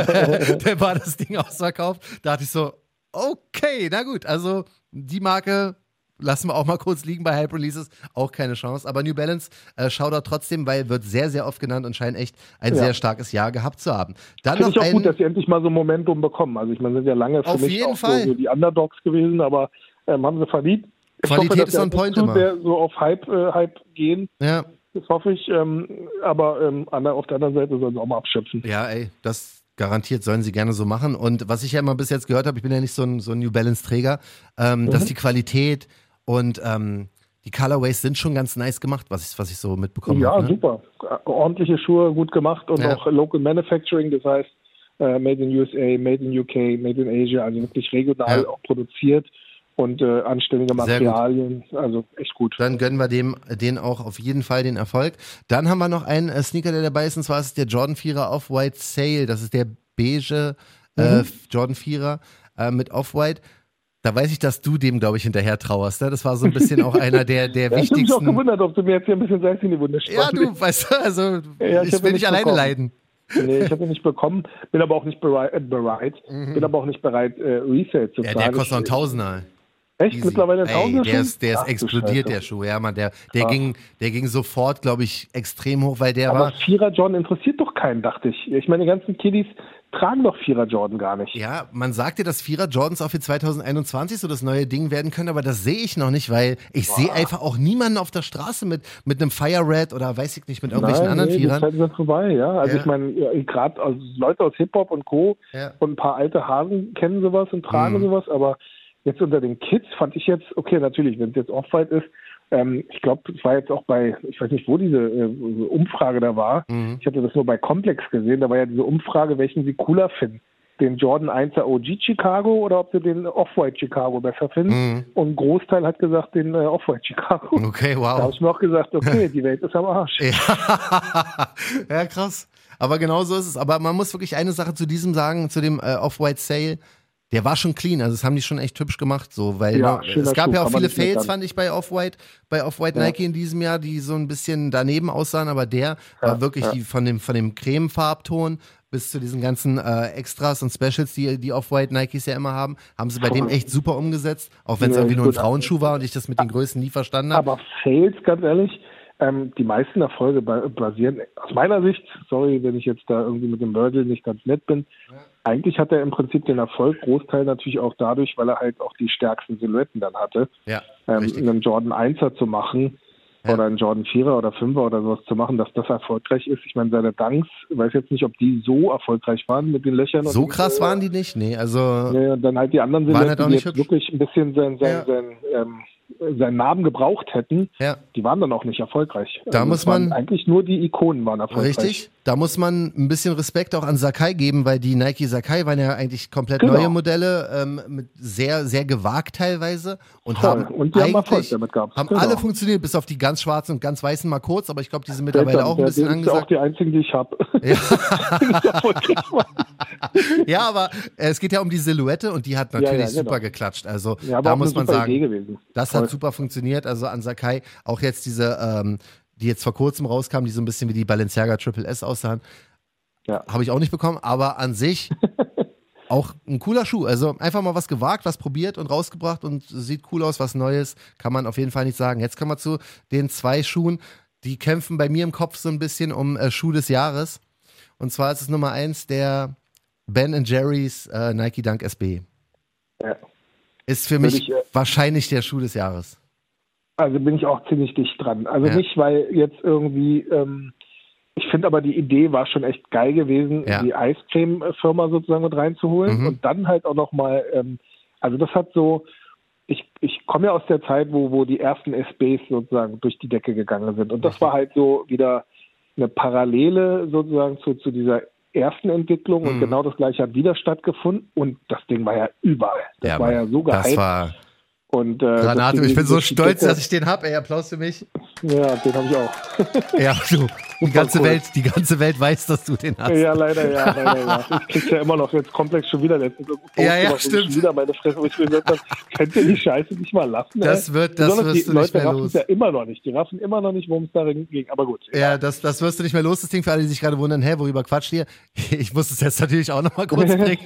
Dann war das Ding ausverkauft. Da dachte ich so, okay, na gut. Also die Marke lassen wir auch mal kurz liegen bei Hype Releases. Auch keine Chance. Aber New Balance äh, Shoutout trotzdem, weil wird sehr, sehr oft genannt und scheint echt ein Ja. sehr starkes Jahr gehabt zu haben. Dann Finde noch ich auch ein, gut, dass sie endlich mal so ein Momentum bekommen. Also ich meine, sind ja lange für Auf mich jeden auch Fall. so, so die Underdogs gewesen, aber ähm, haben sie verdient. Ich Qualität hoffe, dass ist sie on nicht point zu immer. sehr so auf Hype, äh, Hype gehen. ja, Das hoffe ich. Ähm, aber ähm, an der- auf der anderen Seite sollen sie auch mal abschöpfen. Ja, ey, das garantiert sollen sie gerne so machen. Und was ich ja immer bis jetzt gehört habe, ich bin ja nicht so ein, so ein New Balance-Träger, ähm, Mhm. dass die Qualität und ähm, die Colorways sind schon ganz nice gemacht, was ich, was ich so mitbekommen Ja, habe. Ne? super. Ordentliche Schuhe, gut gemacht und Ja. auch Local Manufacturing, das heißt äh, Made in U S A, Made in U K, Made in Asia, also wirklich regional Ja. auch produziert und äh, anständige Sehr gut. Materialien, also echt gut. Dann gönnen wir dem den auch auf jeden Fall den Erfolg. Dann haben wir noch einen äh, Sneaker, der dabei ist, und zwar ist es der Jordan vierer Off-White Sale. Das ist der beige mhm. äh, Jordan vierer äh, mit Off-White. Da weiß ich, dass du dem, glaube ich, hinterher trauerst. Ne? Das war so ein bisschen auch einer der, der ja, wichtigsten. Ich habe mich auch gewundert, ob du mir jetzt hier ein bisschen Salz in die Wunde spannst. Ja, du, weißt du, also ja, ich, ich will nicht alleine bekommen. leiden. Nee, ich habe ihn nicht bekommen, bin aber auch nicht bereit, äh, bereit mhm. bin aber auch nicht bereit, äh, Resale zu zahlen. Ja, der kostet noch ein Tausender. Echt? Easy. Mittlerweile ein Tausender? Der ist, der ist Ach, explodiert, der Schuh. Ja, Mann, der, der, ging, der ging sofort, glaube ich, extrem hoch, weil der aber war. Aber Vierer Jordan interessiert doch keinen, dachte ich. Ich meine, die ganzen Kiddies tragen doch Vierer Jordan gar nicht. Ja, man sagt ja, dass Vierer Jordans auch für zwanzig einundzwanzig so das neue Ding werden können, aber das sehe ich noch nicht, weil ich sehe einfach auch niemanden auf der Straße mit, mit einem Fire Red oder weiß ich nicht, mit irgendwelchen Nein, anderen nee, Vierern. Die Zeiten sind vorbei, ja. Also ja. ich meine, gerade also Leute aus Hip-Hop und Co. Ja. und ein paar alte Hasen kennen sowas und tragen mhm. sowas, aber jetzt unter den Kids fand ich jetzt, okay, natürlich, wenn es jetzt Off-White ist, ähm, ich glaube, es war jetzt auch bei, ich weiß nicht, wo diese äh, Umfrage da war, mhm. ich hatte das nur bei Complex gesehen, da war ja diese Umfrage, welchen sie cooler finden. Den Jordan einser O G Chicago oder ob sie den Off-White Chicago besser finden. Mhm. Und ein Großteil hat gesagt, den äh, Off-White Chicago. Okay, wow. Da habe ich mir auch gesagt, okay, die Welt ist am Arsch. Ja, ja krass. Aber genau so ist es. Aber man muss wirklich eine Sache zu diesem sagen, zu dem äh, Off-White Sale. Der war schon clean, also das haben die schon echt hübsch gemacht, so, weil ja, noch, es gab Schuh, ja auch viele Fails, fand ich, bei Off-White, bei Off-White ja. Nike in diesem Jahr, die so ein bisschen daneben aussahen, aber der ja, war wirklich ja. die, von dem, von dem Creme-Farbton bis zu diesen ganzen äh, Extras und Specials, die die Off-White Nikes ja immer haben, haben sie bei dem echt super umgesetzt, auch wenn es ja, irgendwie nur ein Frauenschuh war und ich das mit den Größen nie verstanden habe. Aber Fails, ganz ehrlich, ähm, die meisten Erfolge basieren, aus meiner Sicht, sorry, wenn ich jetzt da irgendwie mit dem Virgil nicht ganz nett bin, ja. Eigentlich hat er im Prinzip den Erfolg, Großteil natürlich auch dadurch, weil er halt auch die stärksten Silhouetten dann hatte. Ja, ähm, einen Jordan einser zu machen ja. oder einen Jordan vierer oder fünfer oder sowas zu machen, dass das erfolgreich ist. Ich meine, seine Dunks, ich weiß jetzt nicht, ob die so erfolgreich waren mit den Löchern. So und krass äh, waren die nicht, nee. Also nee, und dann halt die anderen Silhouetten, die jetzt hübsch. wirklich ein bisschen sein, sein, ja. sein, ähm, seinen Namen gebraucht hätten, ja. die waren dann auch nicht erfolgreich. Da also muss man eigentlich nur die Ikonen waren erfolgreich. Richtig, da muss man ein bisschen Respekt auch an Sacai geben, weil die Nike Sacai waren ja eigentlich komplett genau. neue Modelle, ähm, mit sehr, sehr gewagt teilweise und Voll. haben und die eigentlich, haben Erfolg damit gehabt. Haben genau. alle funktioniert, bis auf die ganz schwarzen und ganz weißen mal kurz, aber ich glaube, die sind mittlerweile dann, auch ein bisschen angesagt. Das sind auch die einzigen, die ich habe. Ja. ja, aber äh, es geht ja um die Silhouette und die hat natürlich ja, ja, genau. super geklatscht. Also ja, da muss man sagen, das Voll. hat super funktioniert. Also an Sacai auch jetzt diese, ähm, die jetzt vor kurzem rauskamen, die so ein bisschen wie die Balenciaga Triple S aussahen, ja. habe ich auch nicht bekommen, aber an sich auch ein cooler Schuh. Also einfach mal was gewagt, was probiert und rausgebracht und sieht cool aus, was Neues, kann man auf jeden Fall nicht sagen. Jetzt kommen wir zu den zwei Schuhen, die kämpfen bei mir im Kopf so ein bisschen um äh, Schuh des Jahres. Und zwar ist es Nummer eins der Ben and Jerry's äh, Nike Dunk S B. Ja. Ist für mich ich, äh, wahrscheinlich der Schuh des Jahres. Also bin ich auch ziemlich dicht dran. Also ja. nicht, weil jetzt irgendwie, ähm, ich finde aber die Idee war schon echt geil gewesen, ja. die Eiscreme-Firma sozusagen mit reinzuholen mhm. und dann halt auch nochmal, ähm, also das hat so, ich, ich komme ja aus der Zeit, wo, wo die ersten S Bs sozusagen durch die Decke gegangen sind und das war halt so wieder eine Parallele sozusagen zu, zu dieser ersten Entwicklung und mhm. genau das gleiche hat wieder stattgefunden und das Ding war ja überall. Das ja, war ja so gehypt. Das war und, äh, Granate, ich bin so stolz, dass ich den habe. Ey, Applaus für mich. Ja, den habe ich auch. Ja, du, die ganze cool. Welt, die ganze Welt weiß, dass du den hast. Ja, leider, ja, leider, ja. Ich krieg's ja immer noch jetzt komplex schon wieder letztens. Ja, ja, stimmt. Wieder meine Fresse, wo ich mir gesagt habe, könnt ihr die Scheiße nicht mal lassen? Das ey? wird, das Besonders wirst die du nicht Leute mehr raffen los. es ja immer noch nicht. Die raffen immer noch nicht, worum es darin ging. Aber gut. Ja, ja das, das wirst du nicht mehr los. Das Ding für alle, die sich gerade wundern, hä, worüber quatscht ihr? Ich muss es jetzt natürlich auch noch mal kurz bringen.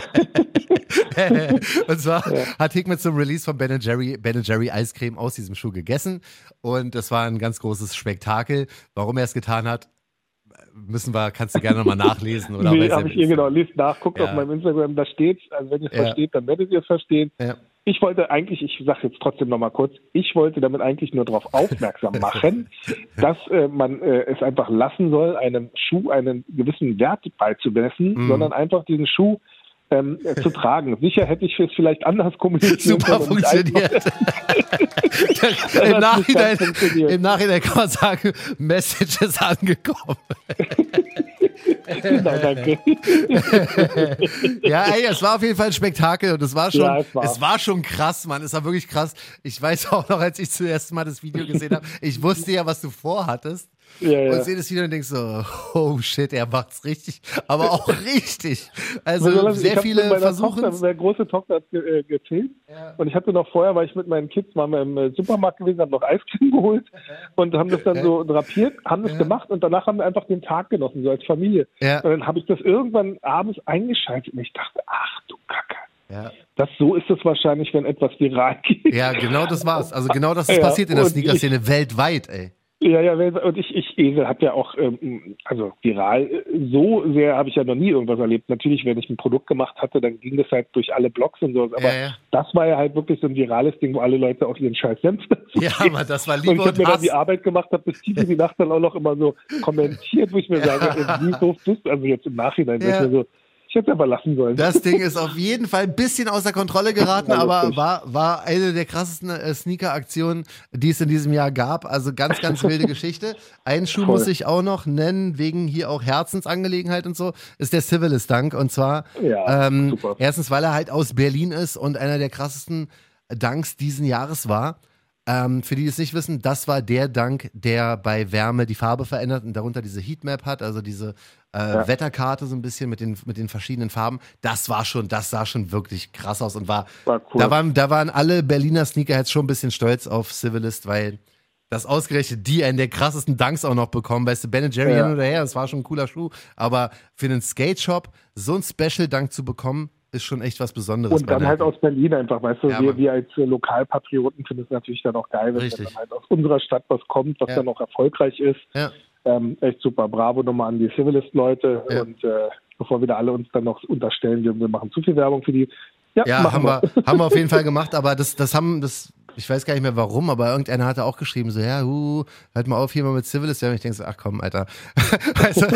Und zwar ja. hat Hickman zum Release von Ben and Jerry, Ben and Jerry Eiscreme aus diesem Schuh gegessen und das war ein ganz großes Spektakel. Warum er es getan hat, müssen wir, kannst du gerne nochmal nachlesen. Oder nee, habe ich hier genau, lest nach, guckt ja. auf meinem Instagram, da steht's. Also wenn ihr es ja. versteht, dann werdet ihr es verstehen. Ja. Ich wollte eigentlich, ich sage jetzt trotzdem nochmal kurz, ich wollte damit eigentlich nur darauf aufmerksam machen, dass äh, man äh, es einfach lassen soll, einem Schuh einen gewissen Wert beizumessen, mm. sondern einfach diesen Schuh Ähm, äh, zu tragen. Sicher hätte ich es vielleicht anders kommuniziert. Super funktioniert. Im, Nachhinein, Im Nachhinein kann man sagen, Message ist angekommen. Genau, danke. Ja, ey, es war auf jeden Fall ein Spektakel und es war schon, ja, es, war. es war schon krass, Mann. Es war wirklich krass. Ich weiß auch noch, als ich zuerst mal das Video gesehen habe, ich wusste ja, was du vorhattest. Ja, ja. Und sehe das Video und denk so, oh shit, er macht's richtig, aber auch richtig. Also also, sehr viele versuchen. Meine große Tochter hat ge äh, gefilmt ja. Und ich hatte noch vorher, weil ich mit meinen Kids waren wir im Supermarkt gewesen, haben noch Eiscreme geholt und haben das dann so drapiert, haben das ja. gemacht und danach haben wir einfach den Tag genossen, so als Familie. Ja. Und dann habe ich das irgendwann abends eingeschaltet und ich dachte, ach du Kacke. Ja. Das, so ist es wahrscheinlich, wenn etwas viral geht. Ja, genau das war's. Also genau das ist ja, passiert in der Sneaker-Szene weltweit, ey. Ja, ja, und ich, ich Esel hat ja auch, ähm, also viral, so sehr habe ich ja noch nie irgendwas erlebt. Natürlich, wenn ich ein Produkt gemacht hatte, dann ging das halt durch alle Blogs und so. Aber ja, ja. das war ja halt wirklich so ein virales Ding, wo alle Leute auf ihren scheiß Senf dazu Ja, geben. Mann, das war Liebe und, und ich habe mir dann die Arbeit gemacht, habe bis tief in die Nacht dann auch noch immer so kommentiert, wo ich mir ja. sage, wie doof bist du, also jetzt im Nachhinein, ja. ich mir so, ich hätte aber lassen sollen. Das Ding ist auf jeden Fall ein bisschen außer Kontrolle geraten, aber war, war eine der krassesten äh, Sneaker-Aktionen, die es in diesem Jahr gab. Also ganz, ganz wilde Geschichte. Einen Schuh Voll. muss ich auch noch nennen, wegen hier auch Herzensangelegenheit und so, ist der Civilist Dunk. Und zwar ja, ähm, erstens, weil er halt aus Berlin ist und einer der krassesten Dunks diesen Jahres war. Ähm, für die, die es nicht wissen, das war der Dunk, der bei Wärme die Farbe verändert und darunter diese Heatmap hat, also diese äh, ja. Wetterkarte so ein bisschen mit den, mit den verschiedenen Farben. Das war schon, das sah schon wirklich krass aus und war, war cool. da, waren, da waren alle Berliner Sneakerheads schon ein bisschen stolz auf Civilist, weil das ausgerechnet die einen der krassesten Dunks auch noch bekommen. Weißt du, Ben and Jerry ja. hin oder her, das war schon ein cooler Schuh, aber für einen Skate-Shop so ein Special-Dunk zu bekommen, ist schon echt was Besonderes. Und dann halt aus Berlin einfach, weißt du, ja, wir, wir als äh, Lokalpatrioten finden es natürlich dann auch geil, wenn Richtig. dann halt aus unserer Stadt was kommt, was ja. dann auch erfolgreich ist. Ja. Ähm, echt super, bravo nochmal an die Civilist-Leute ja. und äh, bevor wieder alle uns dann noch unterstellen, wir, wir machen zu viel Werbung für die. Ja, ja haben wir. wir haben wir auf jeden Fall gemacht, aber das, das haben, das ich weiß gar nicht mehr warum, aber irgendeiner hatte auch geschrieben, so, ja, uh, halt mal auf, hier mal mit Civilist. Und ich denke so, ach komm, Alter. Also,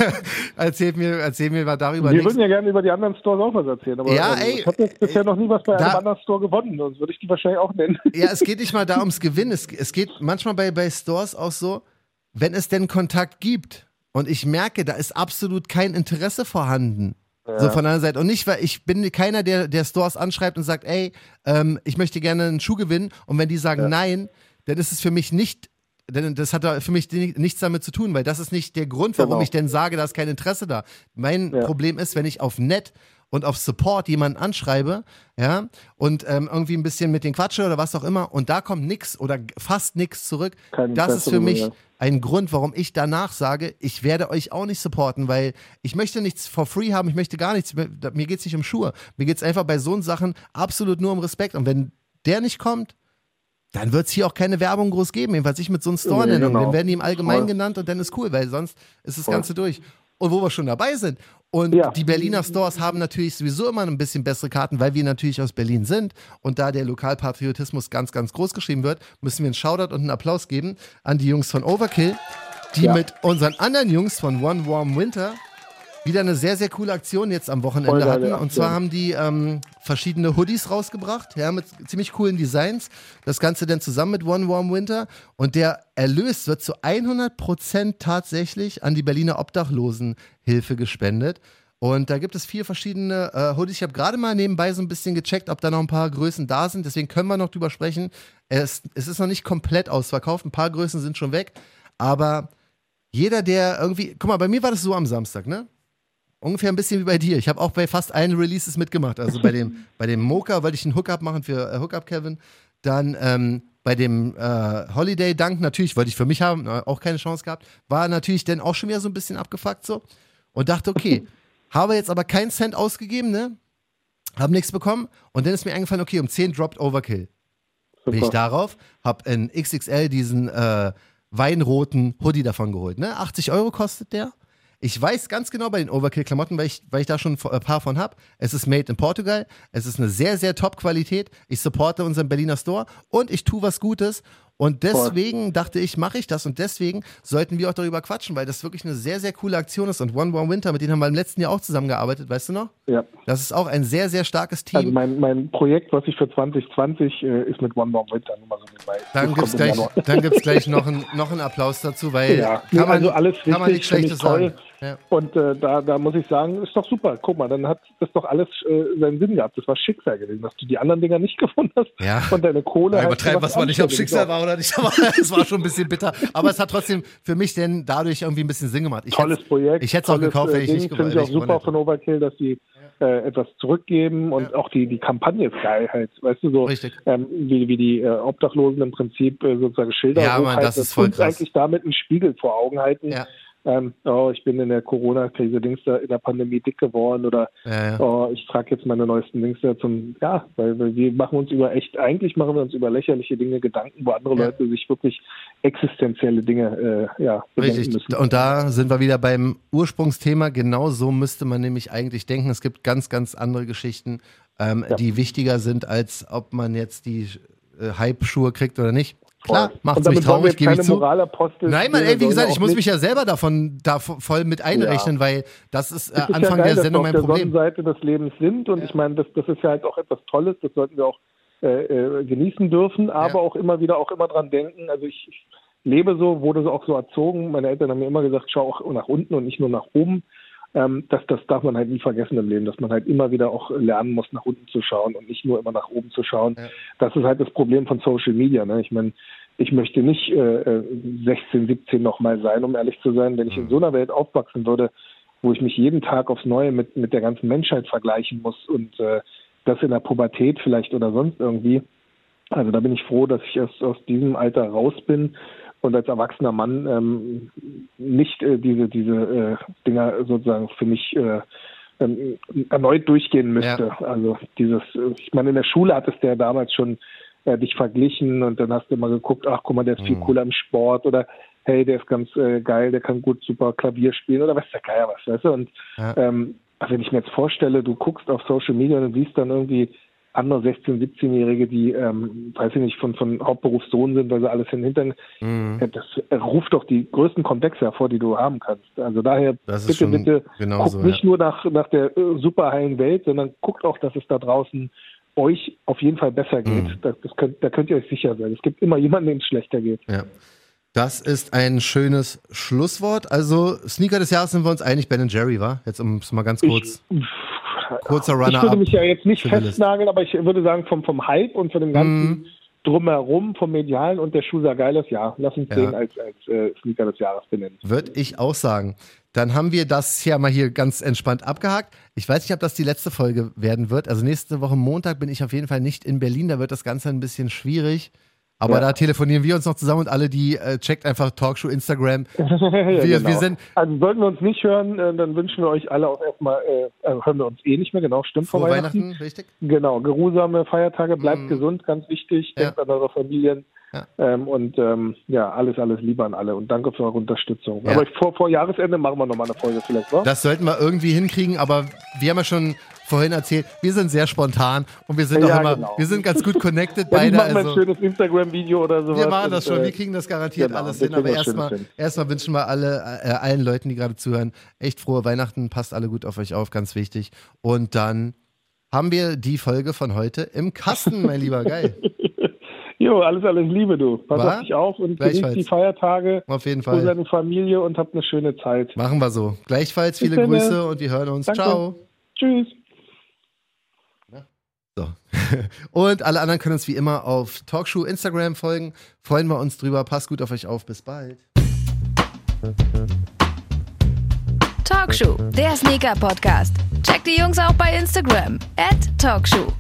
erzähl mir, erzähl mir mal darüber. Wir würden ja gerne über die anderen Stores auch was erzählen, aber ja, also, ey, ich habe jetzt bisher ey, noch nie was bei da, einem anderen Store gewonnen, sonst würde ich die wahrscheinlich auch nennen. Ja, es geht nicht mal da ums Gewinnen. Es, es geht manchmal bei, bei Stores auch so, wenn es denn Kontakt gibt und ich merke, da ist absolut kein Interesse vorhanden. Ja. So von der anderen Seite. Und nicht, weil ich bin keiner, der, der Stores anschreibt und sagt, ey, ähm, ich möchte gerne einen Schuh gewinnen. Und wenn die sagen ja. nein, dann ist es für mich nicht, denn das hat für mich nichts damit zu tun, weil das ist nicht der Grund, warum genau. ich denn sage, da ist kein Interesse da. Mein ja. Problem ist, wenn ich auf Net und auf Support jemanden anschreibe, ja, und ähm, irgendwie ein bisschen mit den quatsche oder was auch immer und da kommt nix oder fast nix zurück, Kein das Interesse ist für mich mehr. ein Grund, warum ich danach sage, ich werde euch auch nicht supporten, weil ich möchte nichts for free haben, ich möchte gar nichts, mir geht's nicht um Schuhe, mir geht's einfach bei so Sachen absolut nur um Respekt und wenn der nicht kommt, dann wird es hier auch keine Werbung groß geben, jedenfalls ich mit so einem Store-Nennung, nee, genau. dann werden die im Allgemeinen Voll. genannt und dann ist cool, weil sonst ist das Voll. Ganze durch. Und wo wir schon dabei sind. Und ja. die Berliner Stores haben natürlich sowieso immer ein bisschen bessere Karten, weil wir natürlich aus Berlin sind. Und da der Lokalpatriotismus ganz, ganz groß geschrieben wird, müssen wir einen Shoutout und einen Applaus geben an die Jungs von Overkill, die ja. mit unseren anderen Jungs von One Warm Winter wieder eine sehr, sehr coole Aktion jetzt am Wochenende hatten. Und zwar haben die ähm, verschiedene Hoodies rausgebracht, ja, mit ziemlich coolen Designs. Das Ganze dann zusammen mit One Warm Winter. Und der Erlös wird zu hundert Prozent tatsächlich an die Berliner Obdachlosenhilfe gespendet. Und da gibt es vier verschiedene äh, Hoodies. Ich habe gerade mal nebenbei so ein bisschen gecheckt, ob da noch ein paar Größen da sind. Deswegen können wir noch drüber sprechen. Es, es ist noch nicht komplett ausverkauft. Ein paar Größen sind schon weg. Aber jeder, der irgendwie... Guck mal, bei mir war das so am Samstag, ne? Ungefähr ein bisschen wie bei dir. Ich habe auch bei fast allen Releases mitgemacht. Also bei dem, bei dem Mocha wollte ich einen Hookup machen für äh, Hookup Kevin. Dann ähm, bei dem äh, Holiday Dunk natürlich, wollte ich für mich haben, äh, auch keine Chance gehabt. War natürlich dann auch schon wieder so ein bisschen abgefuckt so. Und dachte, okay, habe jetzt aber keinen Cent ausgegeben, ne? Habe nichts bekommen. Und dann ist mir eingefallen, okay, um zehn droppt Overkill. Super. Bin ich darauf, habe in X X L diesen äh, weinroten Hoodie davon geholt. Ne? achtzig Euro kostet der. Ich weiß ganz genau bei den Overkill-Klamotten, weil ich, weil ich da schon ein paar von habe. Es ist made in Portugal. Es ist eine sehr, sehr Top-Qualität. Ich supporte unseren Berliner Store und ich tue was Gutes. Und deswegen Voll. dachte ich, mache ich das. Und deswegen sollten wir auch darüber quatschen, weil das wirklich eine sehr, sehr coole Aktion ist. Und One Warm Winter, mit denen haben wir im letzten Jahr auch zusammengearbeitet, weißt du noch? Ja. Das ist auch ein sehr, sehr starkes Team. Also mein, mein Projekt, was ich für zwanzig zwanzig äh, ist mit One Warm Winter. Nur mal so nebenbei. Dann gibt es gleich, dann gibt's gleich noch, ein, noch einen Applaus dazu, weil ja, kann man, also alles kann man nichts Schlechtes sagen. Ja. Und äh, da, da muss ich sagen, ist doch super. Guck mal, dann hat das doch alles äh, seinen Sinn gehabt. Das war Schicksal gewesen, dass du die anderen Dinger nicht gefunden hast ja. und deine Kohle ja, halt übertreiben, was man nicht, ob Schicksal war oder nicht, aber es war schon ein bisschen bitter. Aber es hat trotzdem für mich denn dadurch irgendwie ein bisschen Sinn gemacht. Ich Tolles Projekt. Ich hätte es auch gekauft, wenn ich nicht gewonnen hätte. Finde ich auch super von Overkill, dass die äh, etwas zurückgeben und ja. auch die, die Kampagne ist geil halt. Weißt du, so ähm, wie, wie die äh, Obdachlosen im Prinzip äh, sozusagen Schilder ja, Mann, das ist voll krass. Eigentlich damit einen Spiegel vor Augen halten. Ja. Ähm, oh, ich bin in der Corona-Krise Dings da in der Pandemie dick geworden oder ja, ja. oh, ich trage jetzt meine neuesten Dings da zum, ja, weil, weil wir machen uns über echt, eigentlich machen wir uns über lächerliche Dinge Gedanken, wo andere ja. Leute sich wirklich existenzielle Dinge äh, ja, bedenken Richtig. müssen. Und da sind wir wieder beim Ursprungsthema, genau so müsste man nämlich eigentlich denken. Es gibt ganz, ganz andere Geschichten, ähm, ja. die wichtiger sind, als ob man jetzt die äh, Hype-Schuhe kriegt oder nicht. Klar, macht es mich traurig, gebe ich zu. Nein, Mann, ey, wie gesagt, ich muss mich ja selber davon da voll mit einrechnen, ja. weil das ist äh, Anfang ja geil, der Sendung mein Problem. Dass wir auf der Sonnenseite des Lebens sind und ja. ich meine, das, das ist ja halt auch etwas Tolles, das sollten wir auch äh, äh, genießen dürfen, aber ja. auch immer wieder auch immer dran denken, also ich, ich lebe so, wurde so auch so erzogen, meine Eltern haben mir immer gesagt, schau auch nach unten und nicht nur nach oben. Ähm, das, das darf man halt nie vergessen im Leben, dass man halt immer wieder auch lernen muss, nach unten zu schauen und nicht nur immer nach oben zu schauen. Ja. Das ist halt das Problem von Social Media. Ne? Ich meine, ich möchte nicht äh, sechzehn, siebzehn nochmal sein, um ehrlich zu sein. Wenn ich in so einer Welt aufwachsen würde, wo ich mich jeden Tag aufs Neue mit, mit der ganzen Menschheit vergleichen muss und äh, das in der Pubertät vielleicht oder sonst irgendwie. Also da bin ich froh, dass ich aus, aus diesem Alter raus bin und als erwachsener Mann ähm, nicht äh, diese diese äh, Dinger sozusagen für mich äh, ähm, erneut durchgehen müsste. Ja. Also dieses, ich meine, in der Schule hattest du ja damals schon äh, dich verglichen und dann hast du immer geguckt, ach guck mal, der ist viel mhm. cooler im Sport oder hey, der ist ganz äh, geil, der kann gut super Klavier spielen oder weiß der Geier was, weißt du? Und ja. ähm, wenn ich mir jetzt vorstelle, du guckst auf Social Media und siehst dann irgendwie andere sechzehn-, siebzehnjährige, die, ähm, weiß ich nicht, von, von Hauptberufssohn sind, weil sie alles in den Hintern, mhm. das ruft doch die größten Komplexe hervor, die du haben kannst. Also daher, bitte, bitte, guckt so, nicht ja. nur nach, nach der äh, super heilen Welt, sondern guckt auch, dass es da draußen euch auf jeden Fall besser geht. Mhm. Das, das könnt, da könnt ihr euch sicher sein. Es gibt immer jemanden, dem es schlechter geht. Ja. Das ist ein schönes Schlusswort. Also Sneaker des Jahres sind wir uns einig, Ben and Jerry, war? Jetzt um es mal ganz kurz... Ich, Kurzer Runner-up. Ich würde mich ja jetzt nicht festnageln, aber ich würde sagen, vom, vom Hype und von dem ganzen mm. Drumherum, vom Medialen und der Schuh sah geil ist, ja, lass uns ja. den als, als äh, Sneaker des Jahres benennen. Würde ich auch sagen. Dann haben wir das ja mal hier ganz entspannt abgehakt. Ich weiß nicht, ob das die letzte Folge werden wird. Also nächste Woche Montag bin ich auf jeden Fall nicht in Berlin, da wird das Ganze ein bisschen schwierig. Aber ja. da telefonieren wir uns noch zusammen und alle, die äh, checkt einfach Talkshow Instagram. ja, wir, genau. wir sind also sollten wir uns nicht hören, äh, dann wünschen wir euch alle auch erstmal, äh, also hören wir uns eh nicht mehr, genau, stimmt. Vor Weihnachten. Weihnachten, richtig? Genau, geruhsame Feiertage, bleibt mm. gesund, ganz wichtig, ja. denkt an eure Familien. Ja. Ähm, und ähm, ja, alles, alles Liebe an alle und danke für eure Unterstützung. Ja. Aber vor, vor Jahresende machen wir nochmal eine Folge vielleicht, wa? Das sollten wir irgendwie hinkriegen, aber wir haben ja schon vorhin erzählt, wir sind sehr spontan und wir sind ja, auch immer, genau. wir sind ganz gut connected ja, beide. Wir machen also, ein schönes Instagram-Video oder sowas. Wir machen das und, schon, äh, wir kriegen das garantiert genau, alles hin, aber erstmal erstmal wünschen wir alle, äh, allen Leuten, die gerade zuhören, echt frohe Weihnachten, passt alle gut auf euch auf, ganz wichtig. Und dann haben wir die Folge von heute im Kasten, mein Lieber, geil. Jo, alles, alles Liebe, du. Pass auf dich auf und genießt die Feiertage. Auf jeden Fall. Für deine Familie und habt eine schöne Zeit. Machen wir so. Gleichfalls viele Bis Grüße dann. Und wir hören uns. Danke. Ciao. Tschüss. So. Und alle anderen können uns wie immer auf Talkshow Instagram folgen. Freuen wir uns drüber. Passt gut auf euch auf. Bis bald. Talkshow, der Sneaker-Podcast. Checkt die Jungs auch bei Instagram. at Talkshow.